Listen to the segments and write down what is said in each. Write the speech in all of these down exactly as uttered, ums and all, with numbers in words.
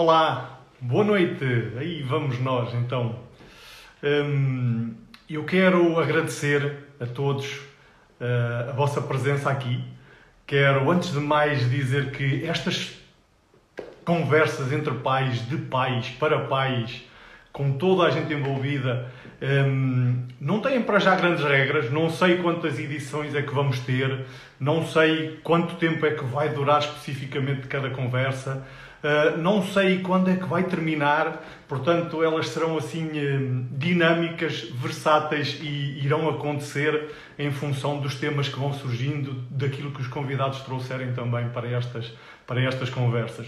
Olá, boa noite. Aí vamos nós então. Hum, eu quero agradecer a todos uh, a vossa presença aqui. Quero, antes de mais, dizer que estas conversas entre pais, de pais, para pais, com toda a gente envolvida, hum, não têm para já grandes regras. Não sei quantas edições é que vamos ter, não sei quanto tempo é que vai durar especificamente cada conversa. Uh, não sei quando é que vai terminar, portanto elas serão assim uh, dinâmicas, versáteis e irão acontecer em função dos temas que vão surgindo, daquilo que os convidados trouxerem também para estas, para estas conversas.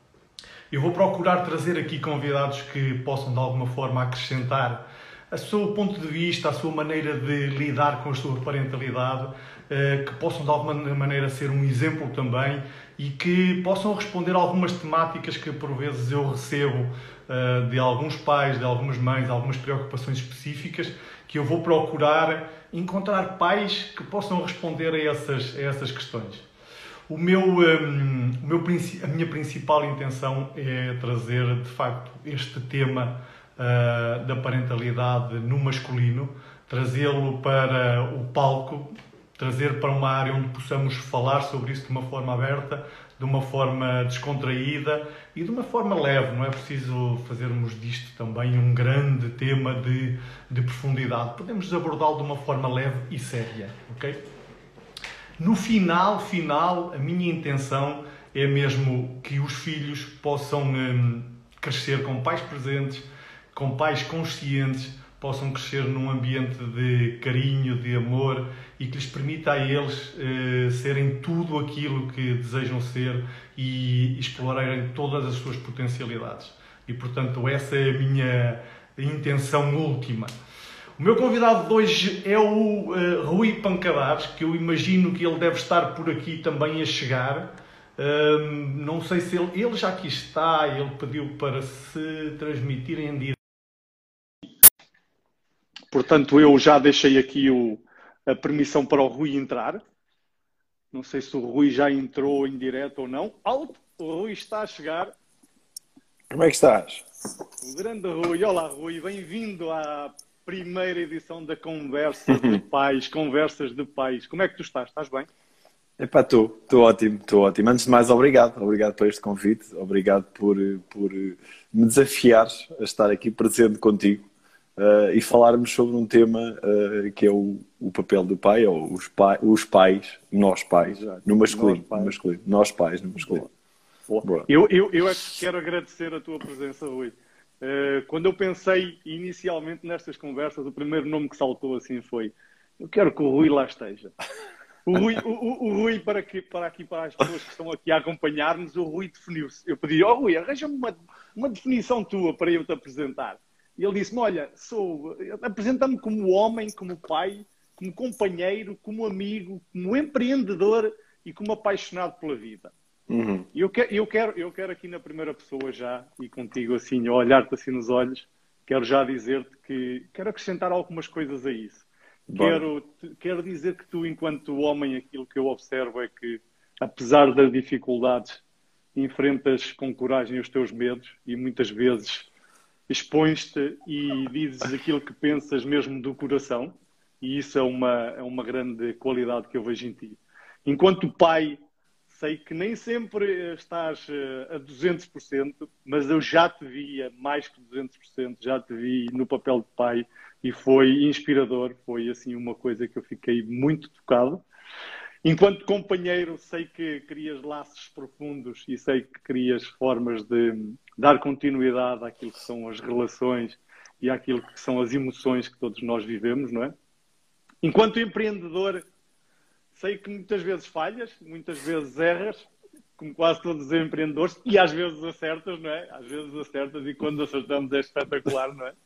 Eu vou procurar trazer aqui convidados que possam de alguma forma acrescentar o seu ponto de vista, a sua maneira de lidar com a sua parentalidade, que possam de alguma maneira ser um exemplo também e que possam responder a algumas temáticas que por vezes eu recebo de alguns pais, de algumas mães, algumas preocupações específicas, que eu vou procurar encontrar pais que possam responder a essas, a essas questões. O meu, um, o meu, a minha principal intenção é trazer, de facto, este tema uh, da parentalidade no masculino, trazê-lo para o palco, trazer para uma área onde possamos falar sobre isso de uma forma aberta, de uma forma descontraída e de uma forma leve. Não é preciso fazermos disto também um grande tema de, de profundidade. Podemos abordá-lo de uma forma leve e séria, ok? No final, final, a minha intenção é mesmo que os filhos possam hum, crescer com pais presentes, com pais conscientes, possam crescer num ambiente de carinho, de amor e que lhes permita a eles eh, serem tudo aquilo que desejam ser e explorarem todas as suas potencialidades. E, portanto, essa é a minha intenção última. O meu convidado de hoje é o uh, Rui Pancadares, que eu imagino que ele deve estar por aqui também a chegar. Uh, não sei se ele, ele já aqui está, ele pediu para se transmitir em direto. Portanto, eu já deixei aqui o, a permissão para o Rui entrar. Não sei se o Rui já entrou em direto ou não. Alto, o Rui está a chegar. Como é que estás? O grande Rui. Olá, Rui. Bem-vindo à primeira edição da Conversa de Pais, Conversas de Pais. Como é que tu estás? Estás bem? Epá, estou, estou ótimo, estou ótimo. Antes de mais, obrigado. Obrigado por este convite. Obrigado por, por me desafiares a estar aqui presente contigo uh, e falarmos sobre um tema uh, que é o, o papel do pai, ou os, pai, os pais, nós pais, no masculino. Nós pais, no masculino. Nós pais no masculino. Boa. Boa. Eu, eu, eu é que quero agradecer a tua presença, Rui. Uh, quando eu pensei inicialmente nestas conversas, o primeiro nome que saltou assim foi: eu quero que o Rui lá esteja. O Rui, o, o, o Rui para, aqui, para aqui, para as pessoas que estão aqui a acompanhar-nos, o Rui definiu-se. Eu pedi: ó oh, Rui, arranja-me uma, uma definição tua para eu te apresentar. E ele disse-me: olha, sou, apresenta-me como homem, como pai, como companheiro, como amigo, como empreendedor e como apaixonado pela vida. Uhum. Eu, que, eu, quero, eu quero aqui na primeira pessoa já, e contigo assim, a olhar-te assim nos olhos, quero já dizer-te que quero acrescentar algumas coisas a isso. Quero, quero dizer que tu, enquanto homem, aquilo que eu observo é que, apesar das dificuldades, enfrentas com coragem os teus medos e muitas vezes expões-te e dizes aquilo que pensas mesmo do coração, e isso é uma, é uma grande qualidade que eu vejo em ti. Enquanto pai, sei que nem sempre estás a duzentos por cento, mas eu já te vi a mais que duzentos por cento, já te vi no papel de pai e foi inspirador, foi assim uma coisa que eu fiquei muito tocado. Enquanto companheiro, sei que crias laços profundos e sei que crias formas de dar continuidade àquilo que são as relações e àquilo que são as emoções que todos nós vivemos, não é? Enquanto empreendedor, sei que muitas vezes falhas, muitas vezes erras, como quase todos os empreendedores, e às vezes acertas, não é? Às vezes acertas e quando acertamos é espetacular, não é?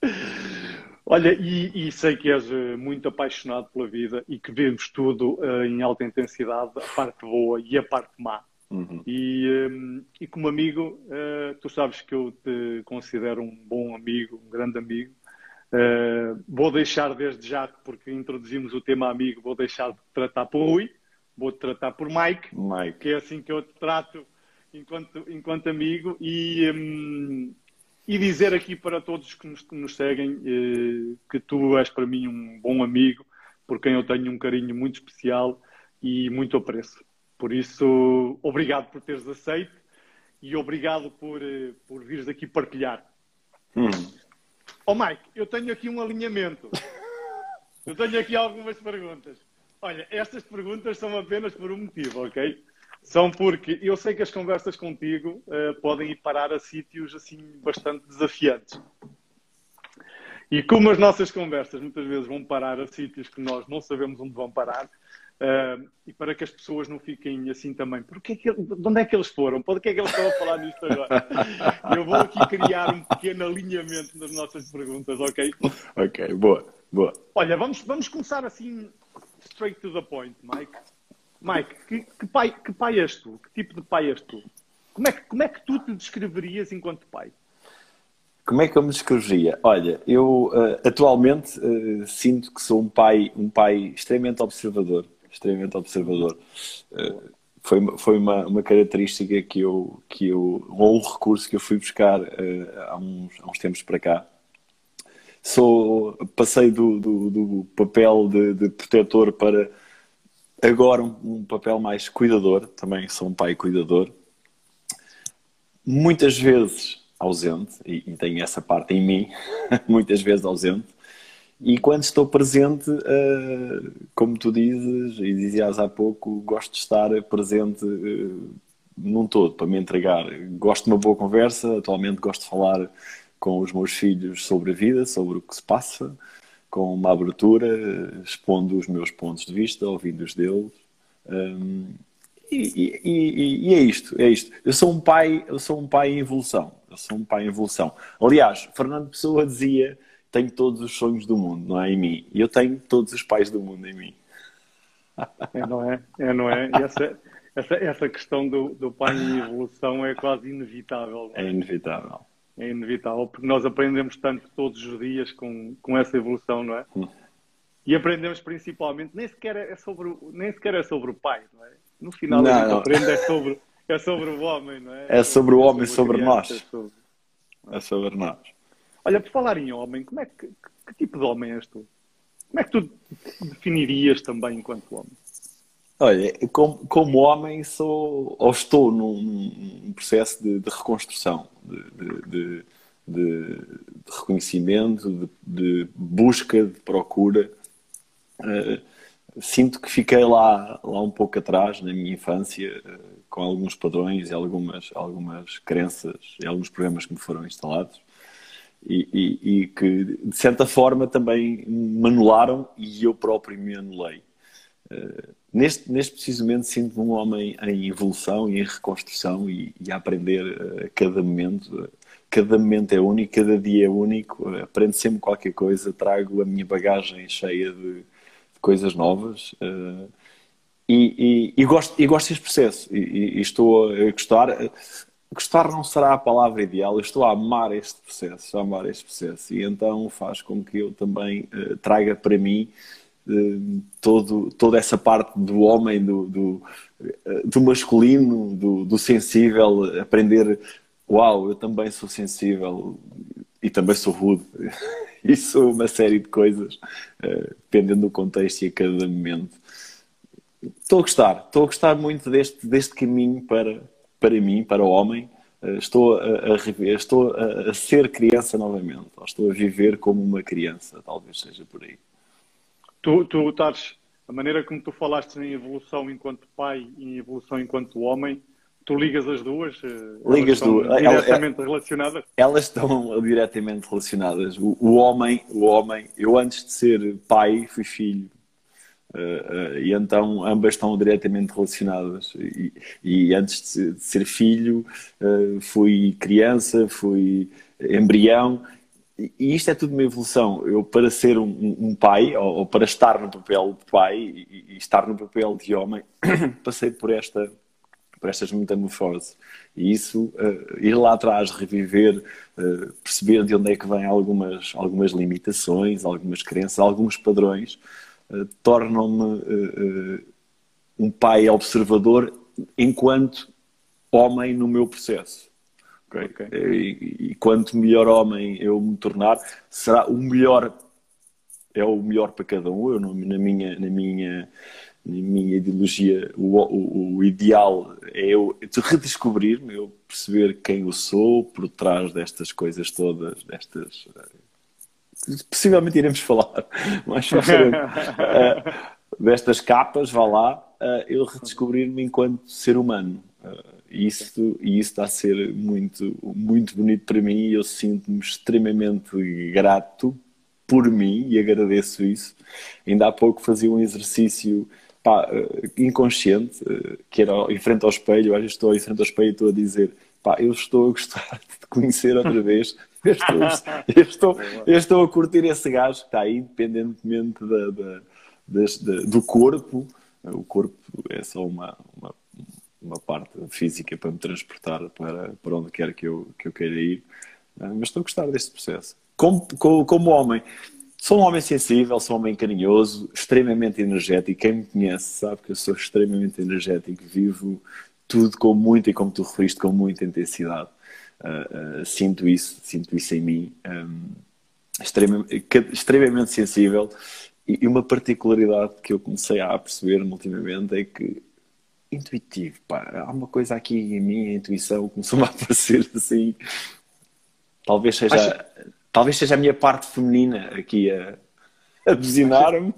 Olha, e, e sei que és muito apaixonado pela vida e que vemos tudo uh, em alta intensidade, a parte boa e a parte má. Uhum. E, um, e como amigo, uh, tu sabes que eu te considero um bom amigo, um grande amigo. Uh, vou deixar desde já, porque introduzimos o tema amigo, vou deixar de te tratar por Rui, vou-te tratar por Mike, Mike, que é assim que eu te trato enquanto, enquanto amigo e, hum, e dizer aqui para todos que nos, que nos seguem eh, que tu és para mim um bom amigo, por quem eu tenho um carinho muito especial e muito apreço. Por isso, obrigado por teres aceito e obrigado por, eh, por vires aqui partilhar. Hum. Ó, Mike, eu tenho aqui um alinhamento. Eu tenho aqui algumas perguntas. Olha, estas perguntas são apenas por um motivo, ok? São porque eu sei que as conversas contigo uh, podem ir parar a sítios assim bastante desafiantes. E como as nossas conversas muitas vezes vão parar a sítios que nós não sabemos onde vão parar, uh, e para que as pessoas não fiquem assim também, porque é que, de onde é que eles foram? Para que é que eles estão a falar nisto agora? Eu vou aqui criar um pequeno alinhamento nas nossas perguntas, ok? Ok, boa, boa. Olha, vamos, vamos começar assim, straight to the point, Mike. Mike, que, que, pai, que pai és tu? Que tipo de pai és tu? Como é, que, como é que tu te descreverias enquanto pai? Como é que eu me descreveria? Olha, eu uh, atualmente uh, sinto que sou um pai, um pai extremamente observador. Extremamente observador. Uh, foi foi uma, uma característica que eu, que eu, ou um recurso que eu fui buscar uh, há, uns, há uns tempos para cá. Sou, passei do, do, do papel de, de protetor para agora um, um papel mais cuidador. Também sou um pai cuidador. Muitas vezes ausente, e, e tenho essa parte em mim, muitas vezes ausente. E quando estou presente, uh, como tu dizes, e dizias há pouco, gosto de estar presente uh, num todo, para me entregar. Gosto de uma boa conversa, atualmente gosto de falar com os meus filhos sobre a vida, sobre o que se passa, com uma abertura, expondo os meus pontos de vista, ouvindo-os deles. Um, e, e, e, e é isto, é isto. Eu sou um pai, eu sou um pai em evolução. Eu sou um pai em evolução. Aliás, Fernando Pessoa dizia: tenho todos os sonhos do mundo, não é, em mim. E eu tenho todos os pais do mundo em mim. É, não é? É, não é? E essa, essa, essa questão do, do pai em evolução é quase inevitável. É inevitável. É inevitável, porque nós aprendemos tanto todos os dias com, com essa evolução, não é? Hum. E aprendemos principalmente, nem sequer é sobre, nem sequer é sobre o pai, não é? No final não, a gente não. aprende é sobre, é sobre o homem, não é? É sobre o homem, é sobre, sobre nós. É sobre... é sobre nós. Olha, por falar em homem, como é que, que tipo de homem és tu? Como é que tu te definirias também enquanto homem? Olha, como, como homem sou, ou estou num, num processo de, de reconstrução, de, de, de, de, de reconhecimento, de, de busca, de procura. Uh, sinto que fiquei lá, lá um pouco atrás, na minha infância, uh, com alguns padrões e algumas, algumas crenças e alguns problemas que me foram instalados. E, e, e que, de certa forma, também me anularam e eu próprio me anulei. Uh, neste, neste preciso momento sinto-me um homem em evolução e em reconstrução e, e a aprender uh, a cada momento. Uh, cada momento é único, cada dia é único. Uh, aprendo sempre qualquer coisa, trago a minha bagagem cheia de, de coisas novas. Uh, e, e, e, gosto, e gosto deste processo. E, e, e estou a gostar... Uh, Gostar não será a palavra ideal, eu estou a amar este processo, estou a amar este processo e então faz com que eu também uh, traga para mim uh, todo, toda essa parte do homem, do, do, uh, do masculino, do, do sensível, aprender, uau, eu também sou sensível e também sou rude e sou uma série de coisas, uh, dependendo do contexto e a cada momento. Estou a gostar, estou a gostar muito deste, deste caminho para... para mim, para o homem, estou a, a rever, estou a, a ser criança novamente, ou estou a viver como uma criança, talvez seja por aí. Tu, tu estás, a maneira como tu falaste em evolução enquanto pai e em evolução enquanto homem, tu ligas as duas? Ligas duas. Diretamente ela, relacionadas? Elas estão diretamente relacionadas. O, o homem, o homem, eu antes de ser pai fui filho. Uh, uh, e então ambas estão diretamente relacionadas e, e antes de, de ser filho uh, fui criança, fui embrião e, e isto é tudo uma evolução. Eu para ser um, um pai ou, ou para estar no papel de pai e, e estar no papel de homem passei por esta por estas metamorfoses e isso, uh, ir lá atrás, reviver, uh, perceber de onde é que vêm algumas, algumas limitações, algumas crenças, alguns padrões Uh, tornam-me uh, uh, um pai observador enquanto homem no meu processo. Okay? Okay. E, e quanto melhor homem eu me tornar, será o melhor, é o melhor para cada um. Eu, na minha, na minha, na minha ideologia, o, o, o ideal é eu redescobrir-me, eu perceber quem eu sou por trás destas coisas todas, destas... Possivelmente iremos falar mais para frente uh, destas capas, vá lá, uh, eu redescobrir-me enquanto ser humano. Uh, isso, e isso está a ser muito, muito bonito para mim e eu sinto-me extremamente grato por mim e agradeço isso. Ainda há pouco fazia um exercício pá, uh, inconsciente, uh, que era em frente ao espelho. Às vezes estou em frente ao espelho e estou a dizer pá, eu estou a gostar de te conhecer outra vez. Eu estou, eu, estou, eu estou a curtir esse gajo que está aí, independentemente da, da, das, da, do corpo. O corpo é só uma, uma, uma parte física para me transportar para, para onde quer que eu, que eu queira ir. Mas estou a gostar deste processo. Como, como, como homem, sou um homem sensível, sou um homem carinhoso, extremamente energético. Quem me conhece sabe que eu sou extremamente energético, vivo tudo com muita, e como tu referiste, com muita intensidade. Uh, uh, sinto isso, sinto isso em mim, um, extremamente, extremamente sensível, e, e uma particularidade que eu comecei a perceber ultimamente é que intuitivo, pá, há uma coisa aqui em mim, a intuição começou-me a aparecer assim, talvez seja, Acho... talvez seja a minha parte feminina aqui a, a buzinar-me.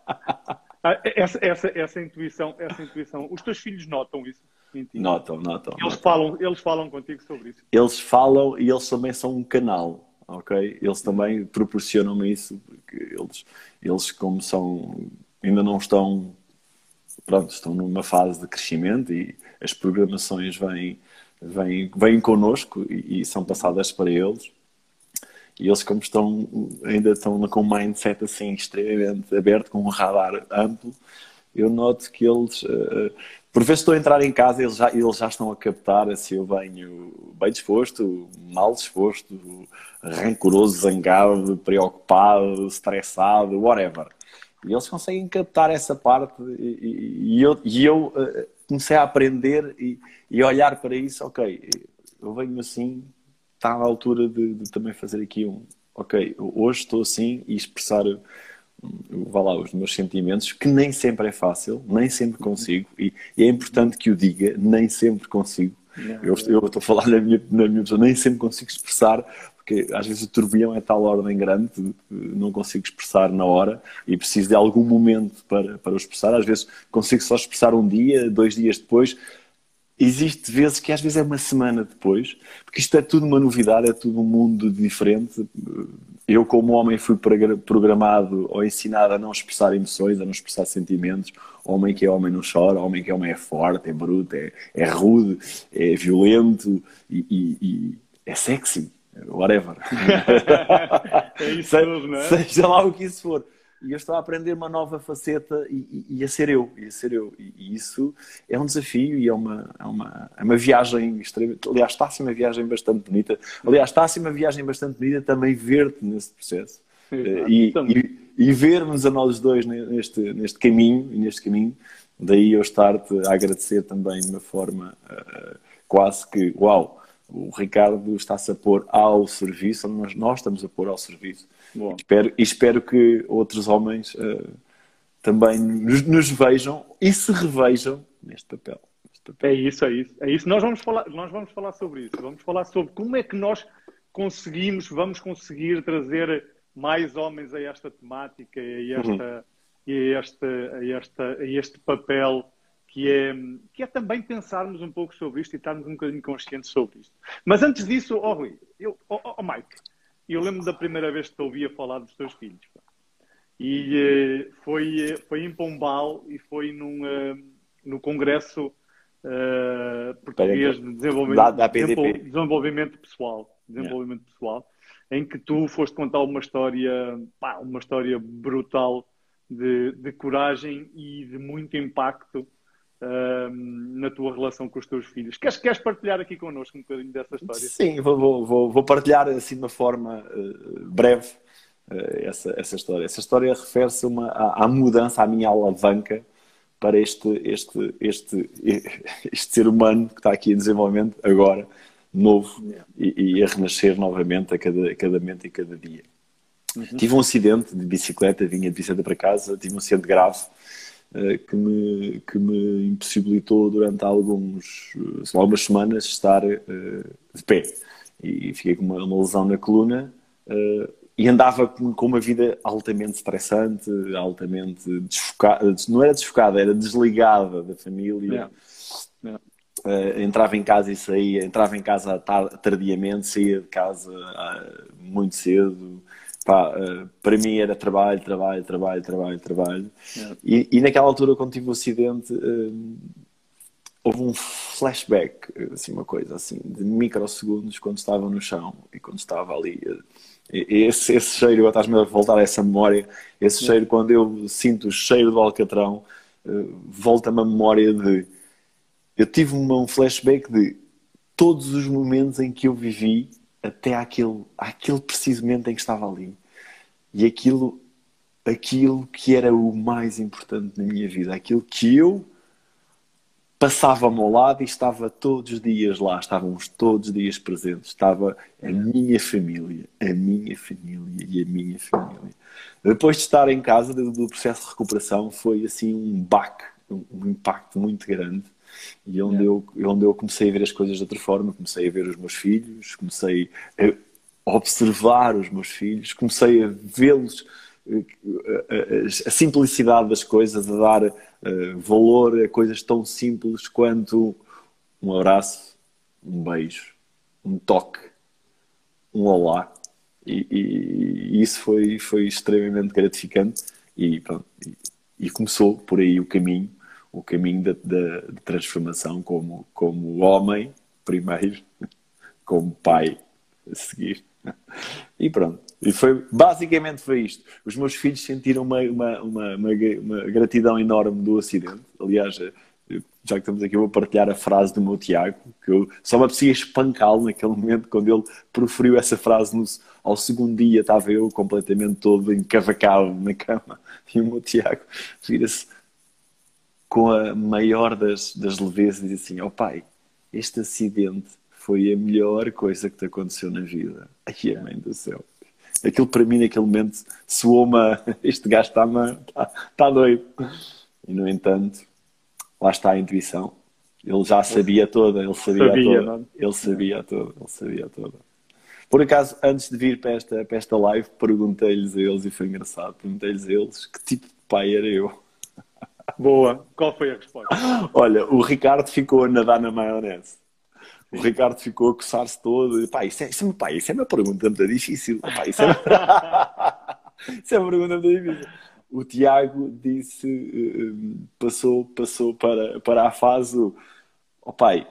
essa, essa, essa intuição, essa intuição, os teus filhos notam isso? Notam, notam. Eles, notam. Falam, eles falam contigo sobre isso? Eles falam e eles também são um canal, ok? Eles também proporcionam-me isso, porque eles, eles como são, ainda não estão, pronto, estão numa fase de crescimento e as programações vêm, vêm, vêm connosco e, e são passadas para eles. E eles, como estão, ainda estão com um mindset assim extremamente aberto, com um radar amplo, eu noto que eles... Uh, por vezes estou a entrar em casa e eles já, eles já estão a captar se eu venho bem disposto, mal disposto, rancoroso, zangado, preocupado, estressado, whatever. E eles conseguem captar essa parte e, e eu, e eu uh, comecei a aprender e, e a olhar para isso. Ok, eu venho assim, está na altura de, de também fazer aqui um... Ok, hoje estou assim e expressar... vá lá, os meus sentimentos, que nem sempre é fácil, nem sempre consigo, e, e é importante que o diga, nem sempre consigo. Não, eu, eu estou a falar na minha, na minha pessoa, nem sempre consigo expressar, porque às vezes o turbilhão é tal ordem grande, não consigo expressar na hora, e preciso de algum momento para, para o expressar. Às vezes consigo só expressar um dia, dois dias depois. Existe vezes que às vezes é uma semana depois, porque isto é tudo uma novidade, é tudo um mundo diferente. Eu, como homem, fui programado ou ensinado a não expressar emoções, a não expressar sentimentos. Homem que é homem não chora, homem que é homem é forte, é bruto, é, é rude, é violento e, e, e é sexy, whatever. É isso tudo, não é? Seja lá o que isso for. E eu estou a aprender uma nova faceta e, e, e a ser eu, e a ser eu. E, e isso é um desafio e é uma, é uma, é uma viagem extremamente... Aliás, está assim uma viagem bastante bonita. Aliás, está assim uma viagem bastante bonita também ver-te nesse processo. Exato, e, e, e ver-nos a nós dois neste, neste caminho, e neste caminho. Daí eu estar-te a agradecer também de uma forma uh, quase que, uau, o Ricardo está-se a pôr ao serviço, nós, nós estamos a pôr ao serviço. Bom. Espero, e espero que outros homens uh, também nos, nos vejam e se revejam neste papel, neste papel. É isso, é isso. É isso. Nós vamos falar, nós vamos falar sobre isso. Vamos falar sobre como é que nós conseguimos, vamos conseguir trazer mais homens a esta temática e a, esta, uhum. e a, esta, a, esta, a este papel que é, que é também pensarmos um pouco sobre isto e estarmos um bocadinho conscientes sobre isto. Mas antes disso, ó oh, Rui, eu, oh, oh, Mike, eu lembro da primeira vez que te ouvia falar dos teus filhos. Pá. E eh, foi, foi em Pombal e foi num, uh, no Congresso uh, Português de Desenvolvimento, da, da P D P. Desenvolvimento Pessoal, desenvolvimento yeah. pessoal, em que tu foste contar uma história, pá, uma história brutal de, de coragem e de muito impacto uh, na tua relação com os teus filhos. Queres, queres partilhar aqui connosco um bocadinho dessa história? Sim, vou, vou, vou partilhar assim de uma forma uh, breve uh, essa, essa história. Essa história refere-se uma, à, à mudança, à minha alavanca para este, este, este, este ser humano que está aqui em desenvolvimento agora, novo, e, e a renascer novamente a cada, a cada momento e cada dia. Uhum. Tive um acidente de bicicleta, vinha de bicicleta para casa, tive um acidente grave uh, que, me, que me impossibilitou durante alguns, algumas semanas estar uh, de pé. E fiquei com uma, uma lesão na coluna uh, e andava com, com uma vida altamente estressante, altamente desfocada, não era desfocada, era desligada da família. Yeah. Yeah. Uh, entrava em casa e saía, entrava em casa tardiamente, saía de casa uh, muito cedo. Pá, uh, para mim era trabalho, trabalho, trabalho, trabalho, trabalho. Yeah. E, e naquela altura, quando tive o acidente, uh, houve um flashback, assim, uma coisa assim, de microsegundos, quando estava no chão e quando estava ali. Uh, esse, esse cheiro, estás-me a voltar a essa memória, esse yeah. cheiro, quando eu sinto o cheiro do alcatrão, uh, volta-me a memória de... Eu tive um flashback de todos os momentos em que eu vivi até àquele, àquele preciso momento em que estava ali. E aquilo, aquilo que era o mais importante na minha vida, aquilo que eu passava ao meu lado e estava todos os dias lá, estávamos todos os dias presentes, estava a minha família, a minha família e a minha família. Depois de estar em casa, do, do processo de recuperação, foi assim um baque, um, um impacto muito grande. E onde, yeah. eu, onde eu comecei a ver as coisas de outra forma, comecei a ver os meus filhos, comecei a observar os meus filhos, comecei a vê-los, a, a, a simplicidade das coisas, a dar uh, valor a coisas tão simples quanto um abraço, um beijo, um toque, um olá. E, e, e isso foi, foi extremamente gratificante e, pronto, e, e começou por aí o caminho. O caminho da, da, de transformação como, como homem, primeiro, como pai, a seguir. E pronto. E foi, basicamente foi isto. Os meus filhos sentiram uma, uma, uma, uma, uma gratidão enorme do acidente. Aliás, já que estamos aqui, eu vou partilhar a frase do meu Tiago, que eu só me apetecia espancá-lo naquele momento, quando ele proferiu essa frase. No, ao segundo dia estava eu completamente todo encavacado na cama. E o meu Tiago vira-se com a maior das, das levezas e diz assim: ó oh, pai, este acidente foi a melhor coisa que te aconteceu na vida. Ai, a mãe do céu. Aquilo para mim naquele momento soou-me a... este gajo está-me está, está doido. E no entanto, lá está a intuição. Ele já sabia toda, ele sabia, sabia toda. Não? Ele sabia toda, ele sabia toda. Por acaso, antes de vir para esta, para esta live, perguntei-lhes a eles, e foi engraçado, perguntei-lhes a eles que tipo de pai era eu. Boa. Qual foi a resposta? Olha, o Ricardo ficou a nadar na maionese. O Sim. Ricardo ficou a coçar-se todo. Pá, isso é, isso é, pá, isso é uma pergunta muito difícil. Pá, isso, é uma... isso é uma pergunta muito difícil. O Tiago disse, passou, passou para, para a fase do, ó oh, pai,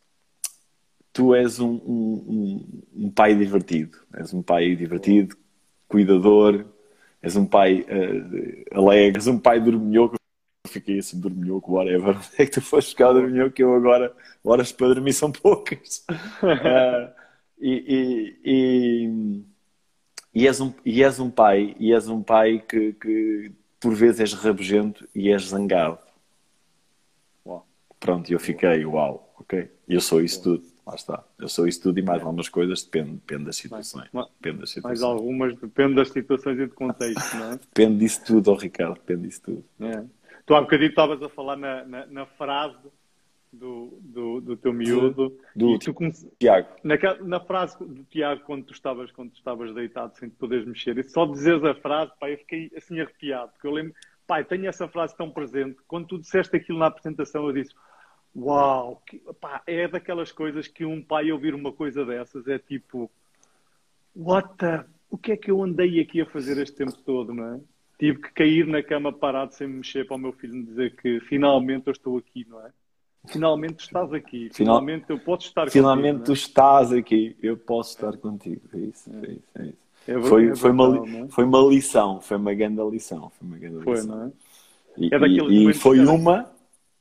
tu és um, um, um pai divertido. És um pai divertido, cuidador, és um pai uh, alegre, és um pai dorminhoco. Fiquei assim, dorminhoco, whatever. É que tu foste buscar dorminhoco, que eu agora, horas para dormir são poucas. uh, e, e, e, e, és um, e és um pai, e és um pai que, que por vezes és rabugento e és zangado. Uau. Pronto, eu fiquei, uau, ok. E eu sou isso tudo, lá está. Eu sou isso tudo e mais algumas coisas, depende, depende das situações. Mais, depende das mais situações. algumas, depende das situações e do contexto, não é? Depende disso tudo, oh, Ricardo, depende disso tudo. É. Tu há bocadinho estavas a falar na, na, na frase do, do, do teu miúdo. Do, do tu come... Tiago. Na, na frase do Tiago, quando tu estavas, quando tu estavas deitado sem te poderes mexer, e só dizeres a frase, pá, eu fiquei assim arrepiado. Porque eu lembro, pá, eu tenho essa frase tão presente. Quando tu disseste aquilo na apresentação, eu disse, uau, que, pá, é daquelas coisas que um pai ouvir uma coisa dessas é tipo, what the... O que é que eu andei aqui a fazer este tempo todo, não é? Tive que cair na cama parado sem me mexer para o meu filho me dizer que finalmente eu estou aqui, não é? Finalmente tu estás aqui. Finalmente eu posso estar finalmente contigo. Finalmente tu estás aqui. Eu posso estar contigo. É isso, é isso, é isso. É, foi, é foi, brutal, uma, é? foi uma lição. Foi uma grande lição. Foi uma grande foi, lição. Não é? E, é e, e foi uma...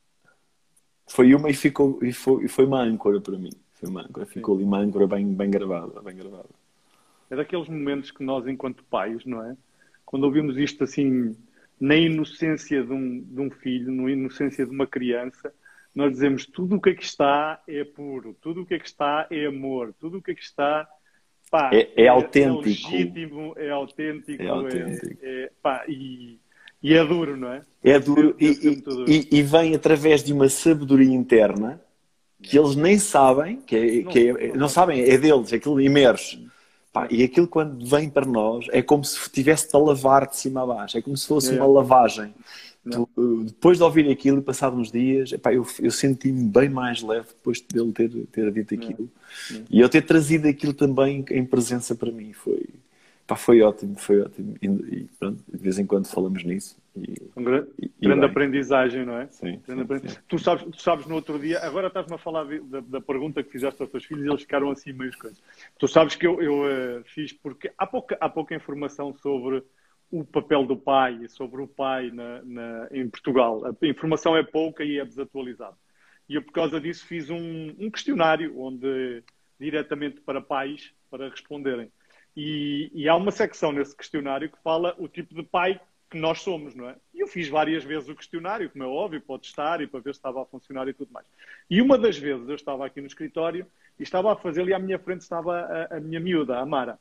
Foi uma e, ficou, e, foi, e foi uma âncora para mim. Foi uma âncora. Ficou ali uma âncora bem, bem gravada. Bem gravada. É daqueles momentos que nós, enquanto pais, não é? Quando ouvimos isto assim, na inocência de um, de um filho, na inocência de uma criança, nós dizemos tudo o que aqui está é puro, tudo o que aqui está é amor, tudo o que aqui está pá, é, é, é, autêntico. é legítimo, é autêntico, é autêntico. É, é, pá, e, e é duro, não é? É duro, é, é, e, duro. E, e vem através de uma sabedoria interna que eles nem sabem, que é, não, que é, não, não sabem, é deles, aquilo emerge. Pá, e aquilo quando vem para nós é como se tivesse a lavar de cima a baixo, é como se fosse é. uma lavagem. Tu, depois de ouvir aquilo e passados uns dias, epá, eu, eu senti-me bem mais leve depois dele ter, ter dito aquilo. É. É. E eu ter trazido aquilo também em presença para mim. Foi, epá, foi ótimo, foi ótimo. E, e pronto, de vez em quando falamos nisso. E, um grande, e, grande e aprendizagem, não é? Sim, grande sim, aprendizagem. sim. Tu, sabes, tu sabes no outro dia, agora estás-me a falar de, da, da pergunta que fizeste aos teus filhos e eles ficaram assim meio coisas. Tu sabes que eu, eu uh, fiz porque há pouca, há pouca informação sobre o papel do pai e sobre o pai na, na, em Portugal. A informação é pouca e é desatualizada. E eu, por causa disso, fiz um, um questionário onde, diretamente para pais, para responderem. E, e há uma secção nesse questionário que fala o tipo de pai que nós somos, não é? E eu fiz várias vezes o questionário, como é óbvio, pode estar, e para ver se estava a funcionar e tudo mais. E uma das vezes eu estava aqui no escritório e estava a fazer ali à minha frente estava a, a minha miúda, a Mara.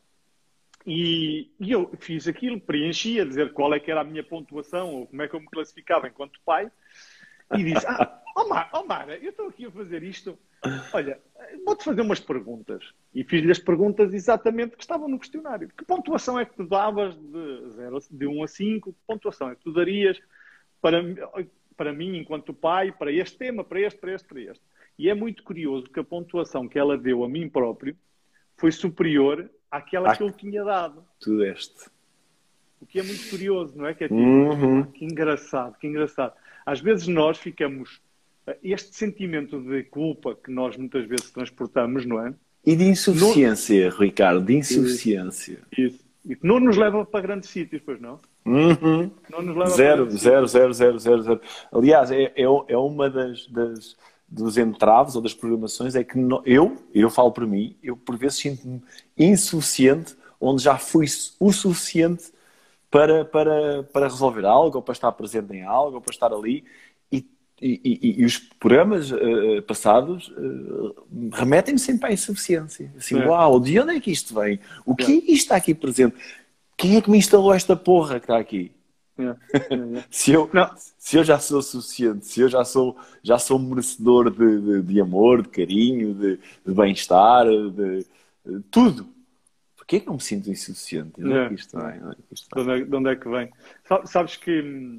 E, e eu fiz aquilo, preenchi a dizer qual é que era a minha pontuação ou como é que eu me classificava enquanto pai. E disse, ah, oh Mara, oh Mara, eu estou aqui a fazer isto. Olha, vou-te fazer umas perguntas. E fiz-lhe as perguntas exatamente que estavam no questionário. Que pontuação é que tu davas de, zero, de um a cinco? Que pontuação é que tu darias para, para mim, enquanto pai, para este tema, para este, para este, para este? E é muito curioso que a pontuação que ela deu a mim próprio foi superior àquela ah, que eu tinha dado. Tu deste. O que é muito curioso, não é? Que é tipo, uhum. Que engraçado, que engraçado. Às vezes nós ficamos... Este sentimento de culpa que nós muitas vezes transportamos, não é? E de insuficiência, não... Ricardo, de insuficiência. Isso. E que não nos leva para grandes sítios, pois não? Uhum. Não nos leva zero, para zero, zero, zero, zero, zero. Aliás, é, é, é uma das, das dos entraves ou das programações, é que não, eu, eu falo por mim, eu por vezes sinto-me insuficiente, onde já fui o suficiente para, para, para resolver algo, ou para estar presente em algo, ou para estar ali. E, e, e os programas uh, passados uh, remetem-me sempre à insuficiência. Assim, é. Uau, de onde é que isto vem? O que é que está aqui presente? Quem é que me instalou esta porra que está aqui? É. É. se, eu, se eu já sou suficiente, se eu já sou, já sou merecedor de, de, de amor, de carinho, de, de bem-estar, de, de tudo, porquê é que não me sinto insuficiente? De onde é que isto vem? De onde é, de onde é que vem? Sabes que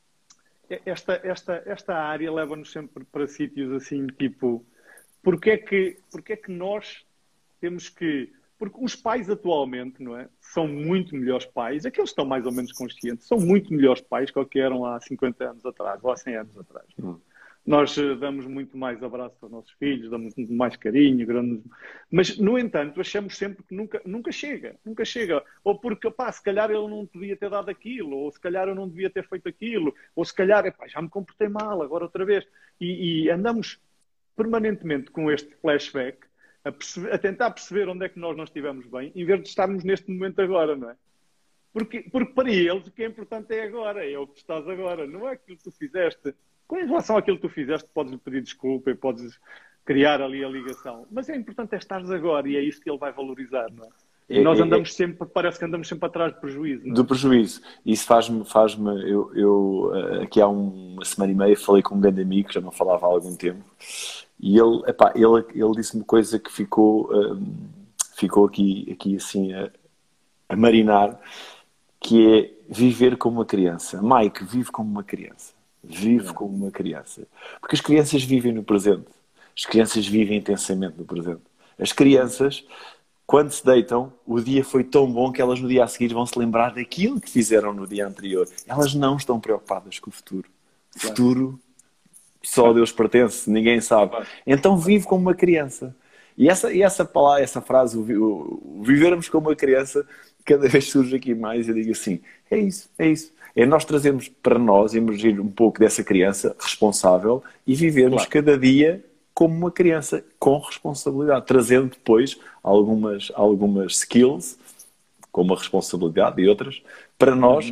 esta, esta, esta área leva-nos sempre para sítios assim, tipo, porque é que, porque é que nós temos que... Porque os pais atualmente, não é? São muito melhores pais, aqueles que estão mais ou menos conscientes, são muito melhores pais que o que eram há cinquenta anos atrás, ou há cem anos atrás. Hum. Nós damos muito mais abraço aos nossos filhos, damos muito mais carinho, grande... mas, no entanto, achamos sempre que nunca, nunca chega, nunca chega. Ou porque, pá, se calhar ele não devia ter dado aquilo, ou se calhar eu não devia ter feito aquilo, ou se calhar, epá, já me comportei mal, agora outra vez. E, e andamos permanentemente com este flashback, A, perceber, a tentar perceber onde é que nós não estivemos bem, em vez de estarmos neste momento agora, não é? Porque, porque para eles o que é importante é agora, é o que tu estás agora, não é aquilo que tu fizeste. Com relação àquilo que tu fizeste, podes pedir desculpa e podes criar ali a ligação. Mas é importante é estares agora e é isso que ele vai valorizar, não é? E é, nós andamos é, sempre, parece que andamos sempre atrás do prejuízo. Não é? Do prejuízo. Isso faz-me, faz-me eu, eu aqui há uma semana e meia falei com um grande amigo, já não falava há algum tempo, e ele, epá, ele, ele disse-me coisa que ficou, um, ficou aqui, aqui assim a, a marinar, que é viver como uma criança. Mike, vive como uma criança. Vive como uma criança. Porque as crianças vivem no presente. As crianças vivem intensamente no presente. As crianças, quando se deitam, o dia foi tão bom que elas no dia a seguir vão se lembrar daquilo que fizeram no dia anterior. Elas não estão preocupadas com o futuro. O futuro só a Deus pertence, ninguém sabe. Então vive como uma criança. E essa, e essa palavra, essa frase, o, o vivermos como uma criança, cada vez surge aqui mais. Eu digo assim, é isso, é isso. É nós trazermos para nós, emergir um pouco dessa criança responsável e vivermos claro. Cada dia como uma criança com responsabilidade, trazendo depois algumas, algumas skills, como a responsabilidade e outras, para nós, uhum.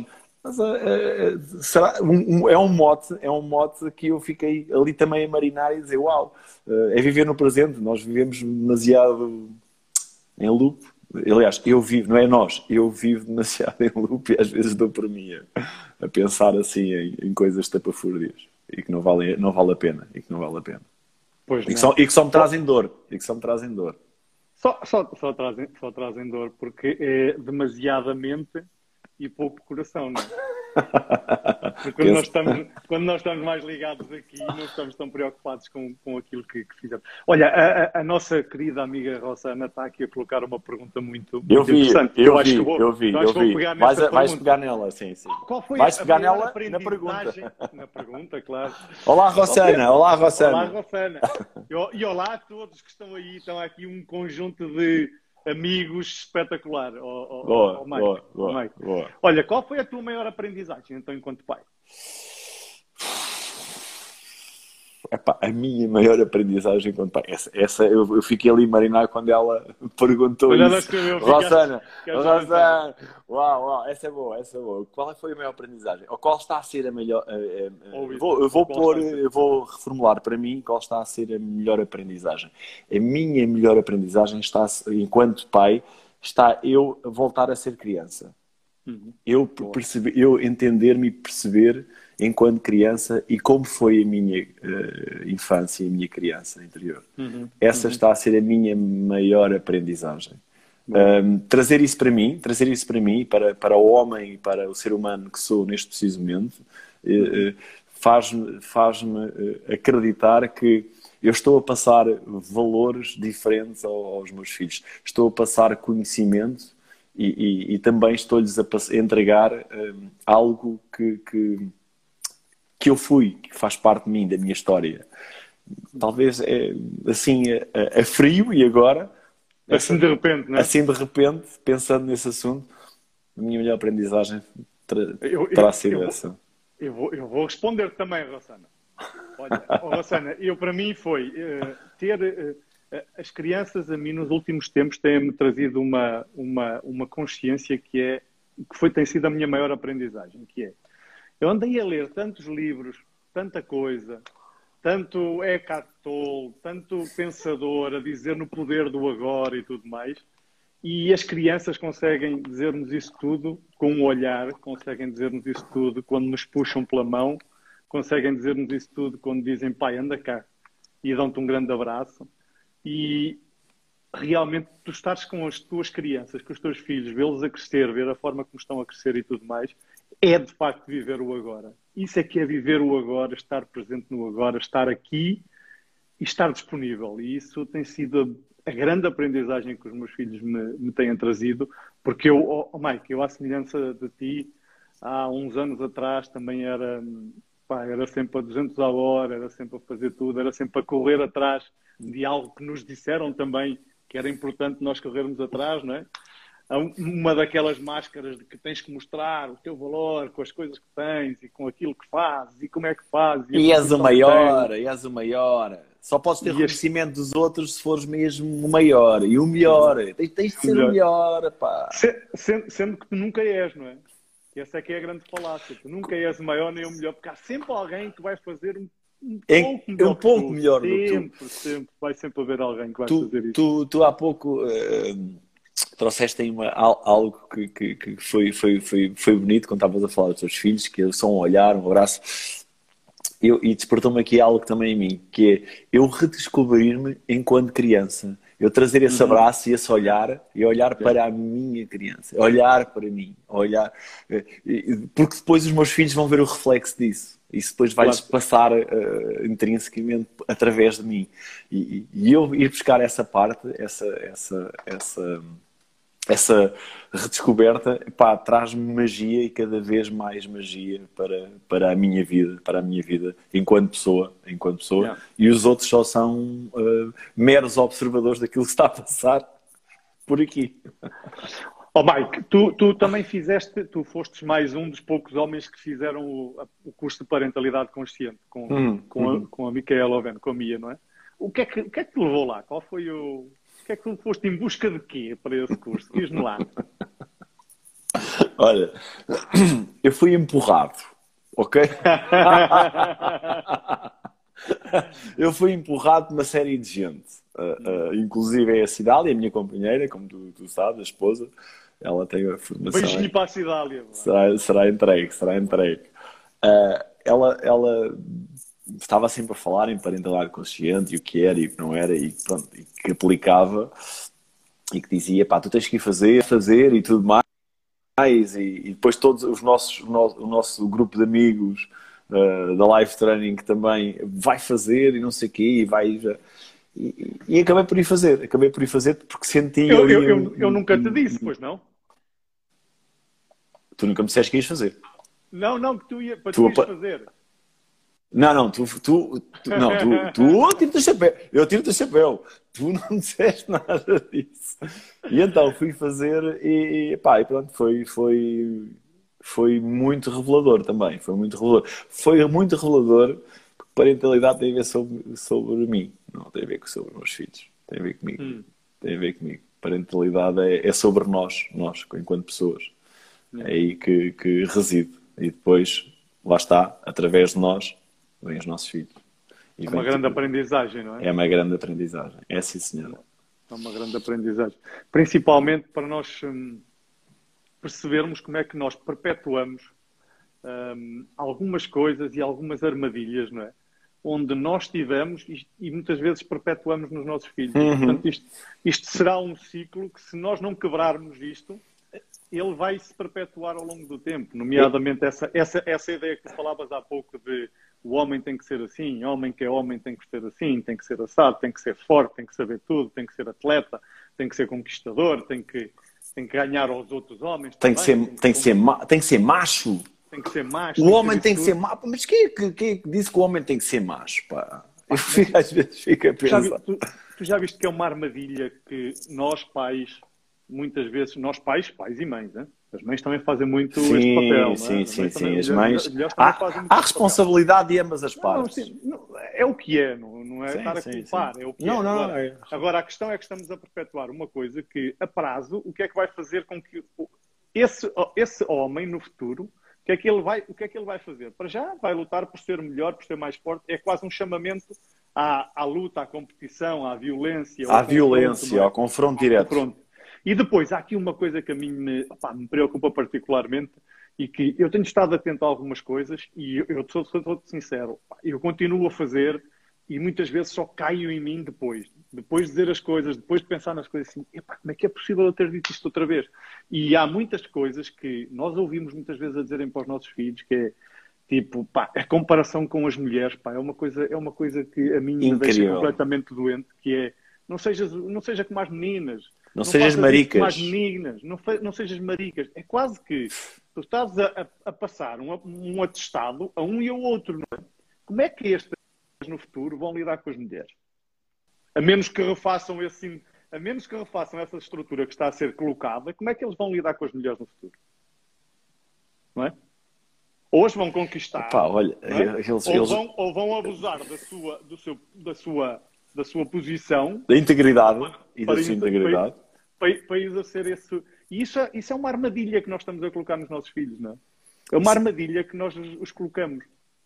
Mas, é, é, será, um, um, é um mote, é um mote que eu fiquei ali também a marinar e dizer, uau, é viver no presente, nós vivemos demasiado em loop. Aliás, eu vivo, não é nós, eu vivo demasiado em loop e às vezes dou por mim a, a pensar assim em, em coisas estapafúrdias e que não vale, não vale a pena, e que não vale a pena. Pois e, que só, e que só me trazem dor, e que só me trazem dor. Só, só, só, trazem, só trazem dor porque é demasiadamente e pouco coração, não é? Porque quando nós, estamos, quando nós estamos mais ligados aqui, não estamos tão preocupados com, com aquilo que, que fizemos. Olha, a, a nossa querida amiga Rossana está aqui a colocar uma pergunta muito, muito eu vi, interessante. Eu, eu, vi, acho que vou, eu vi, eu vou vi. Pegar vais, nessa vais pegar nela, sim, sim. Qual foi vais a pegar maior nela aprendizagem? na pergunta. Na pergunta, claro. Olá, Rossana. Olá, Rossana. Olá, Rossana. E, e olá a todos que estão aí. Estão aqui um conjunto de amigos espetacular. Oh, oh, boa, oh, Mike, boa, oh, boa, Mike. boa. Olha, qual foi a tua maior aprendizagem, então, enquanto pai? Epá, a minha maior aprendizagem enquanto pai. Essa, essa eu, eu fiquei ali a marinar quando ela perguntou quando isso. Ela escreveu, Rossana, ficaste, Rossana, uau, uau, essa é boa, essa é boa. Qual foi a maior aprendizagem? Ou qual está a ser a melhor? Uh, uh, uh, eu vou, eu vou pôr, eu vou reformular para mim qual está a ser a melhor aprendizagem. A minha melhor aprendizagem está, enquanto pai, está eu voltar a ser criança. Uhum. Eu perceber, eu entender-me e perceber enquanto criança e como foi a minha uh, infância e a minha criança interior. Uhum. Essa uhum. está a ser a minha maior aprendizagem. Um, trazer isso para mim, trazer isso para mim, para, para o homem e para o ser humano que sou neste preciso momento, uhum. uh, faz-me faz-me uh, acreditar que eu estou a passar valores diferentes aos, aos meus filhos. Estou a passar conhecimento e, e, e também estou-lhes a, a entregar um, algo que... que que eu fui, que faz parte de mim, da minha história. Talvez é, assim a, a frio e agora... Assim essa, de repente, não é? Assim de repente, pensando nesse assunto, a minha melhor aprendizagem tra, eu, terá eu, sido eu, essa. Eu vou, eu vou responder também, Rossana. Olha, oh, Rossana, eu para mim foi uh, ter... Uh, as crianças, a mim, nos últimos tempos, têm-me trazido uma, uma, uma consciência que, é, que foi, tem sido a minha maior aprendizagem, que é eu andei a ler tantos livros, tanta coisa, tanto Eckhart Tolle, tanto pensador a dizer no poder do agora e tudo mais, e as crianças conseguem dizer-nos isso tudo com um olhar, conseguem dizer-nos isso tudo quando nos puxam pela mão, conseguem dizer-nos isso tudo quando dizem pai, anda cá, e dão-te um grande abraço. E realmente tu estares com as tuas crianças, com os teus filhos, vê-los a crescer, ver a forma como estão a crescer e tudo mais, é de facto viver o agora. Isso é que é viver o agora, estar presente no agora, estar aqui e estar disponível. E isso tem sido a, a grande aprendizagem que os meus filhos me, me têm trazido, porque eu, oh Mike, eu à semelhança de ti, há uns anos atrás também era, pá, era sempre a duzentos a hora, era sempre a fazer tudo, era sempre a correr atrás de algo que nos disseram também que era importante nós corrermos atrás, não é? Uma daquelas máscaras de que tens que mostrar o teu valor com as coisas que tens e com aquilo que fazes e como é que fazes. E, e és o maior, e és o maior. Só podes ter e reconhecimento este... dos outros se fores mesmo o maior e o melhor. Tens, tens de ser melhor. o melhor, pá. Se, sendo, sendo que tu nunca és, não é? Essa é que é a grande falácia. Tu nunca és o maior nem o melhor, porque há sempre alguém que vai fazer um Um pouco é, melhor, um pouco melhor sempre, do que tu. Sempre, vai sempre haver alguém que vai tu, fazer isso. Tu, tu há pouco uh, trouxeste aí uma, algo que, que, que foi, foi, foi, foi bonito quando estavas a falar dos teus filhos, que são um olhar, um abraço. Eu, e despertou-me aqui algo também em mim, que é eu redescobrir-me enquanto criança. Eu trazer esse uhum. abraço e esse olhar, e olhar okay. para a minha criança, olhar para mim, olhar, porque depois os meus filhos vão ver o reflexo disso. Isso depois vai-lhes claro. passar uh, intrinsecamente através de mim. E, e eu ir buscar essa parte, essa, essa, essa, essa redescoberta, pá, traz-me magia e cada vez mais magia para, para a minha vida, para a minha vida enquanto pessoa, enquanto pessoa. Yeah. E os outros só são uh, meros observadores daquilo que está a passar por aqui. Oh Mike, tu, tu também fizeste, tu fostes mais um dos poucos homens que fizeram o, o curso de parentalidade consciente com, hum, com, hum. a, com a Micaela Oven, com a Mia, não é? O que é que, o que é que te levou lá? Qual foi o... O que é que tu foste em busca de quê para esse curso? Diz-me lá. Olha, eu fui empurrado, ok? Eu fui empurrado por uma série de gente, uh, uh, inclusive é a Cidália, a minha companheira, como tu, tu sabes, a esposa, ela tem a formação. Beijinho para a Cidália. Será, será entregue, será entregue. Uh, ela, ela estava sempre a falar em parentalidade consciente e o que era e o que não era e, pronto, e que aplicava e que dizia, pá, tu tens que ir fazer, fazer e tudo mais. E, e depois todos os nossos, o nosso, o nosso grupo de amigos uh, da Life Training que também vai fazer e não sei o quê e vai... E, e acabei por ir fazer, acabei por ir fazer porque senti... Eu, eu, um, eu, eu nunca te disse, pois não? Tu nunca me disseste que ias fazer. Não, não, que tu ia, para tu tu ires fazer. Não, não, tu, tu, tu não, tu, tu tiro-te o chapéu, eu tiro-te o chapéu, tu não disseste nada disso. E então fui fazer e, e pá, e pronto, foi, foi, foi muito revelador também, foi muito revelador. Foi muito revelador porque parentalidade tem a ver sobre, sobre mim, não tem a ver sobre os meus filhos, tem a ver comigo, hum. tem a ver comigo. Parentalidade é, é sobre nós, nós, enquanto pessoas, hum. é aí que, que reside. E depois, lá está, através de nós, vêm os nossos filhos. E é uma grande tudo. aprendizagem, não é? É uma grande aprendizagem. É sim, senhora. É uma grande aprendizagem. Principalmente para nós hum, percebermos como é que nós perpetuamos hum, algumas coisas e algumas armadilhas, não é? Onde nós estivemos e, e muitas vezes perpetuamos nos nossos filhos. Uhum. Portanto, isto, isto será um ciclo que, se nós não quebrarmos isto, ele vai se perpetuar ao longo do tempo, nomeadamente essa, essa, essa ideia que tu falavas há pouco de o homem tem que ser assim, homem que é homem tem que ser assim, tem que ser assado, tem que ser forte, tem que saber tudo, tem que ser atleta, tem que ser conquistador, tem que, tem que ganhar aos outros homens. Tem, que, ser, tem, que, tem, que, ser, tem que ser macho. Tem que ser macho. O homem tem que ser macho. Mas quem é que, que disse que o homem tem que ser macho? Pá? Eu fico, às vezes fico a pensar. Já, tu, tu já viste que é uma armadilha que nós pais, muitas vezes, nós pais, pais e mães, né? As mães também fazem muito sim, este papel. Sim, né? sim, sim. As mães... Há, há responsabilidade de ambas as partes. Não, sim, não, é o que é, não, não é sim, estar a culpar. Sim. É o que não, é. Não, agora, é. agora, a questão é que estamos a perpetuar uma coisa que, a prazo, o que é que vai fazer com que esse, esse homem, no futuro, o que, é que ele vai, o que é que ele vai fazer? Para já, vai lutar por ser melhor, por ser mais forte. É quase um chamamento à, à luta, à competição, à violência. À violência, ao confronto direto. Confronto. E depois, há aqui uma coisa que a mim me, opá, me preocupa particularmente e que eu tenho estado atento a algumas coisas e eu, eu sou, sou, sou sincero, opá, eu continuo a fazer e muitas vezes só caio em mim depois. Depois de dizer as coisas, depois de pensar nas coisas assim, epá, como é que é possível eu ter dito isto outra vez? E há muitas coisas que nós ouvimos muitas vezes a dizerem para os nossos filhos que é tipo, pá, a comparação com as mulheres, pá, é uma coisa, é uma coisa que a mim me deixa completamente doente, que é, não sejas, não seja como as meninas. Não, não sejas maricas. Mais meninas, não, fe, não sejas maricas. É quase que tu estás a, a, a passar um, um atestado a um e ao outro. Não é? Como é que estes no futuro vão lidar com as mulheres? A menos que refaçam esse, a menos que refaçam essa estrutura que está a ser colocada, como é que eles vão lidar com as mulheres no futuro? Não é? Ou as vão conquistar, Opa, olha, é? eles, ou, eles... Vão, ou vão abusar da sua, do seu, da sua, da sua posição. Da integridade e da sua integridade. Para, para exercer esse... E isso, é, isso é uma armadilha que nós estamos a colocar nos nossos filhos, não é? É uma armadilha que nós os colocamos.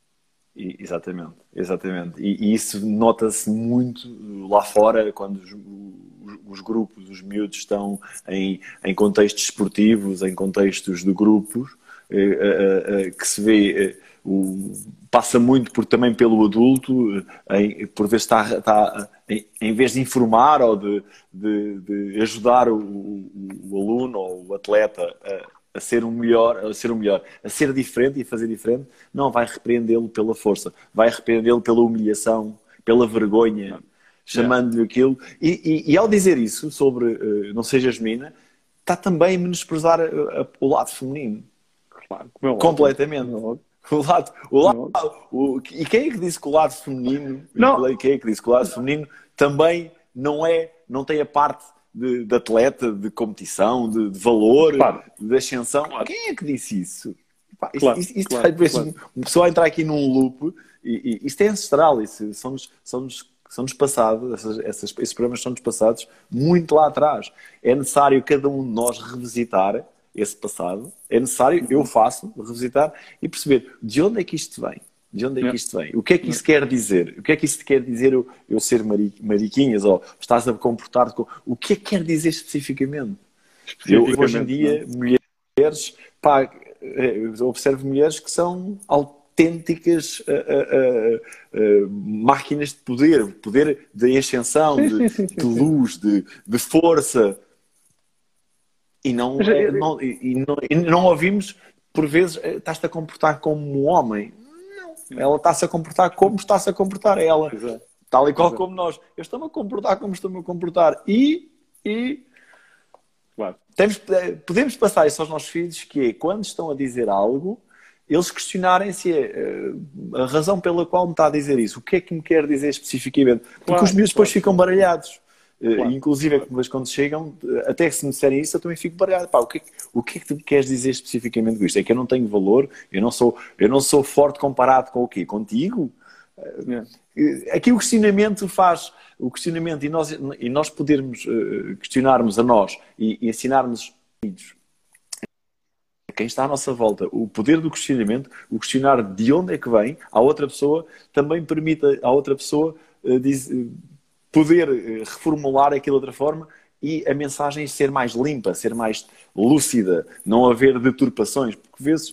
E, exatamente, exatamente. E, e isso nota-se muito lá fora, quando os, os, os grupos, os miúdos estão em, em contextos esportivos, em contextos de grupos, eh, eh, eh, que se vê... Eh, O, passa muito por, também pelo adulto, em, por ver se está, está em, em vez de informar ou de, de, de ajudar o, o, o aluno ou o atleta a, a ser o melhor, a ser o melhor, a ser diferente e a fazer diferente, não vai repreendê-lo pela força, vai repreendê-lo pela humilhação, pela vergonha, chamando-lhe aquilo. E, e, e ao dizer isso sobre uh, não sejas mina, está também a menosprezar a, a, o lado feminino. Claro, completamente. O lado, o lado, o, e quem é que disse que o lado feminino, não. Quem é que disse que o lado feminino também não é, não tem a parte de, de atleta, de competição, de, de valor, claro. de ascensão? Claro. Quem é que disse isso? Pá, isto, claro, isto, isto claro, faz claro. Uma pessoa entrar aqui num loop e, e isto é ancestral, isso, são-nos, são-nos, são-nos passados, essas, essas, esses programas são-nos passados muito lá atrás. É necessário cada um de nós revisitar esse passado, é necessário, eu faço, revisitar e perceber de onde é que isto vem. De onde é que isto vem? O que é que isso quer dizer? O que é que isso quer dizer eu, eu ser mari, mariquinhas ou estás a comportar-te com... O que é que quer dizer especificamente? Eu, hoje em dia, não. mulheres, pá, eu observo mulheres que são autênticas uh, uh, uh, uh, máquinas de poder, poder de ascensão, sim, de, sim, sim, de luz, de, de força. E não, Mas, é, não, e, não, e não ouvimos, por vezes, estás-te a comportar como um homem. Não. Ela está-se a comportar como está-se a comportar ela. Exato. Tal e qual Exato. Como nós. Eu estou-me a comportar como estou-me a comportar. E... e claro. Temos, podemos passar isso aos nossos filhos, que é, quando estão a dizer algo, eles questionarem se é a razão pela qual me está a dizer isso. O que é que me quer dizer especificamente? Porque claro, os miúdos claro, depois ficam baralhados. Claro, Inclusive, claro. quando chegam, até se me disserem isso, eu também fico baralhado. Pá, o, que é, o que é que tu queres dizer especificamente com isto? É que eu não tenho valor, eu não sou, eu não sou forte comparado com o quê? Contigo? É. Aqui o questionamento faz, o questionamento, e nós, e nós podermos uh, questionarmos a nós e, e ensinarmos a quem está à nossa volta o poder do questionamento, o questionar de onde é que vem, a outra pessoa também permite à outra pessoa uh, diz, uh, poder reformular aquilo de outra forma e a mensagem ser mais limpa, ser mais lúcida, não haver deturpações, porque às vezes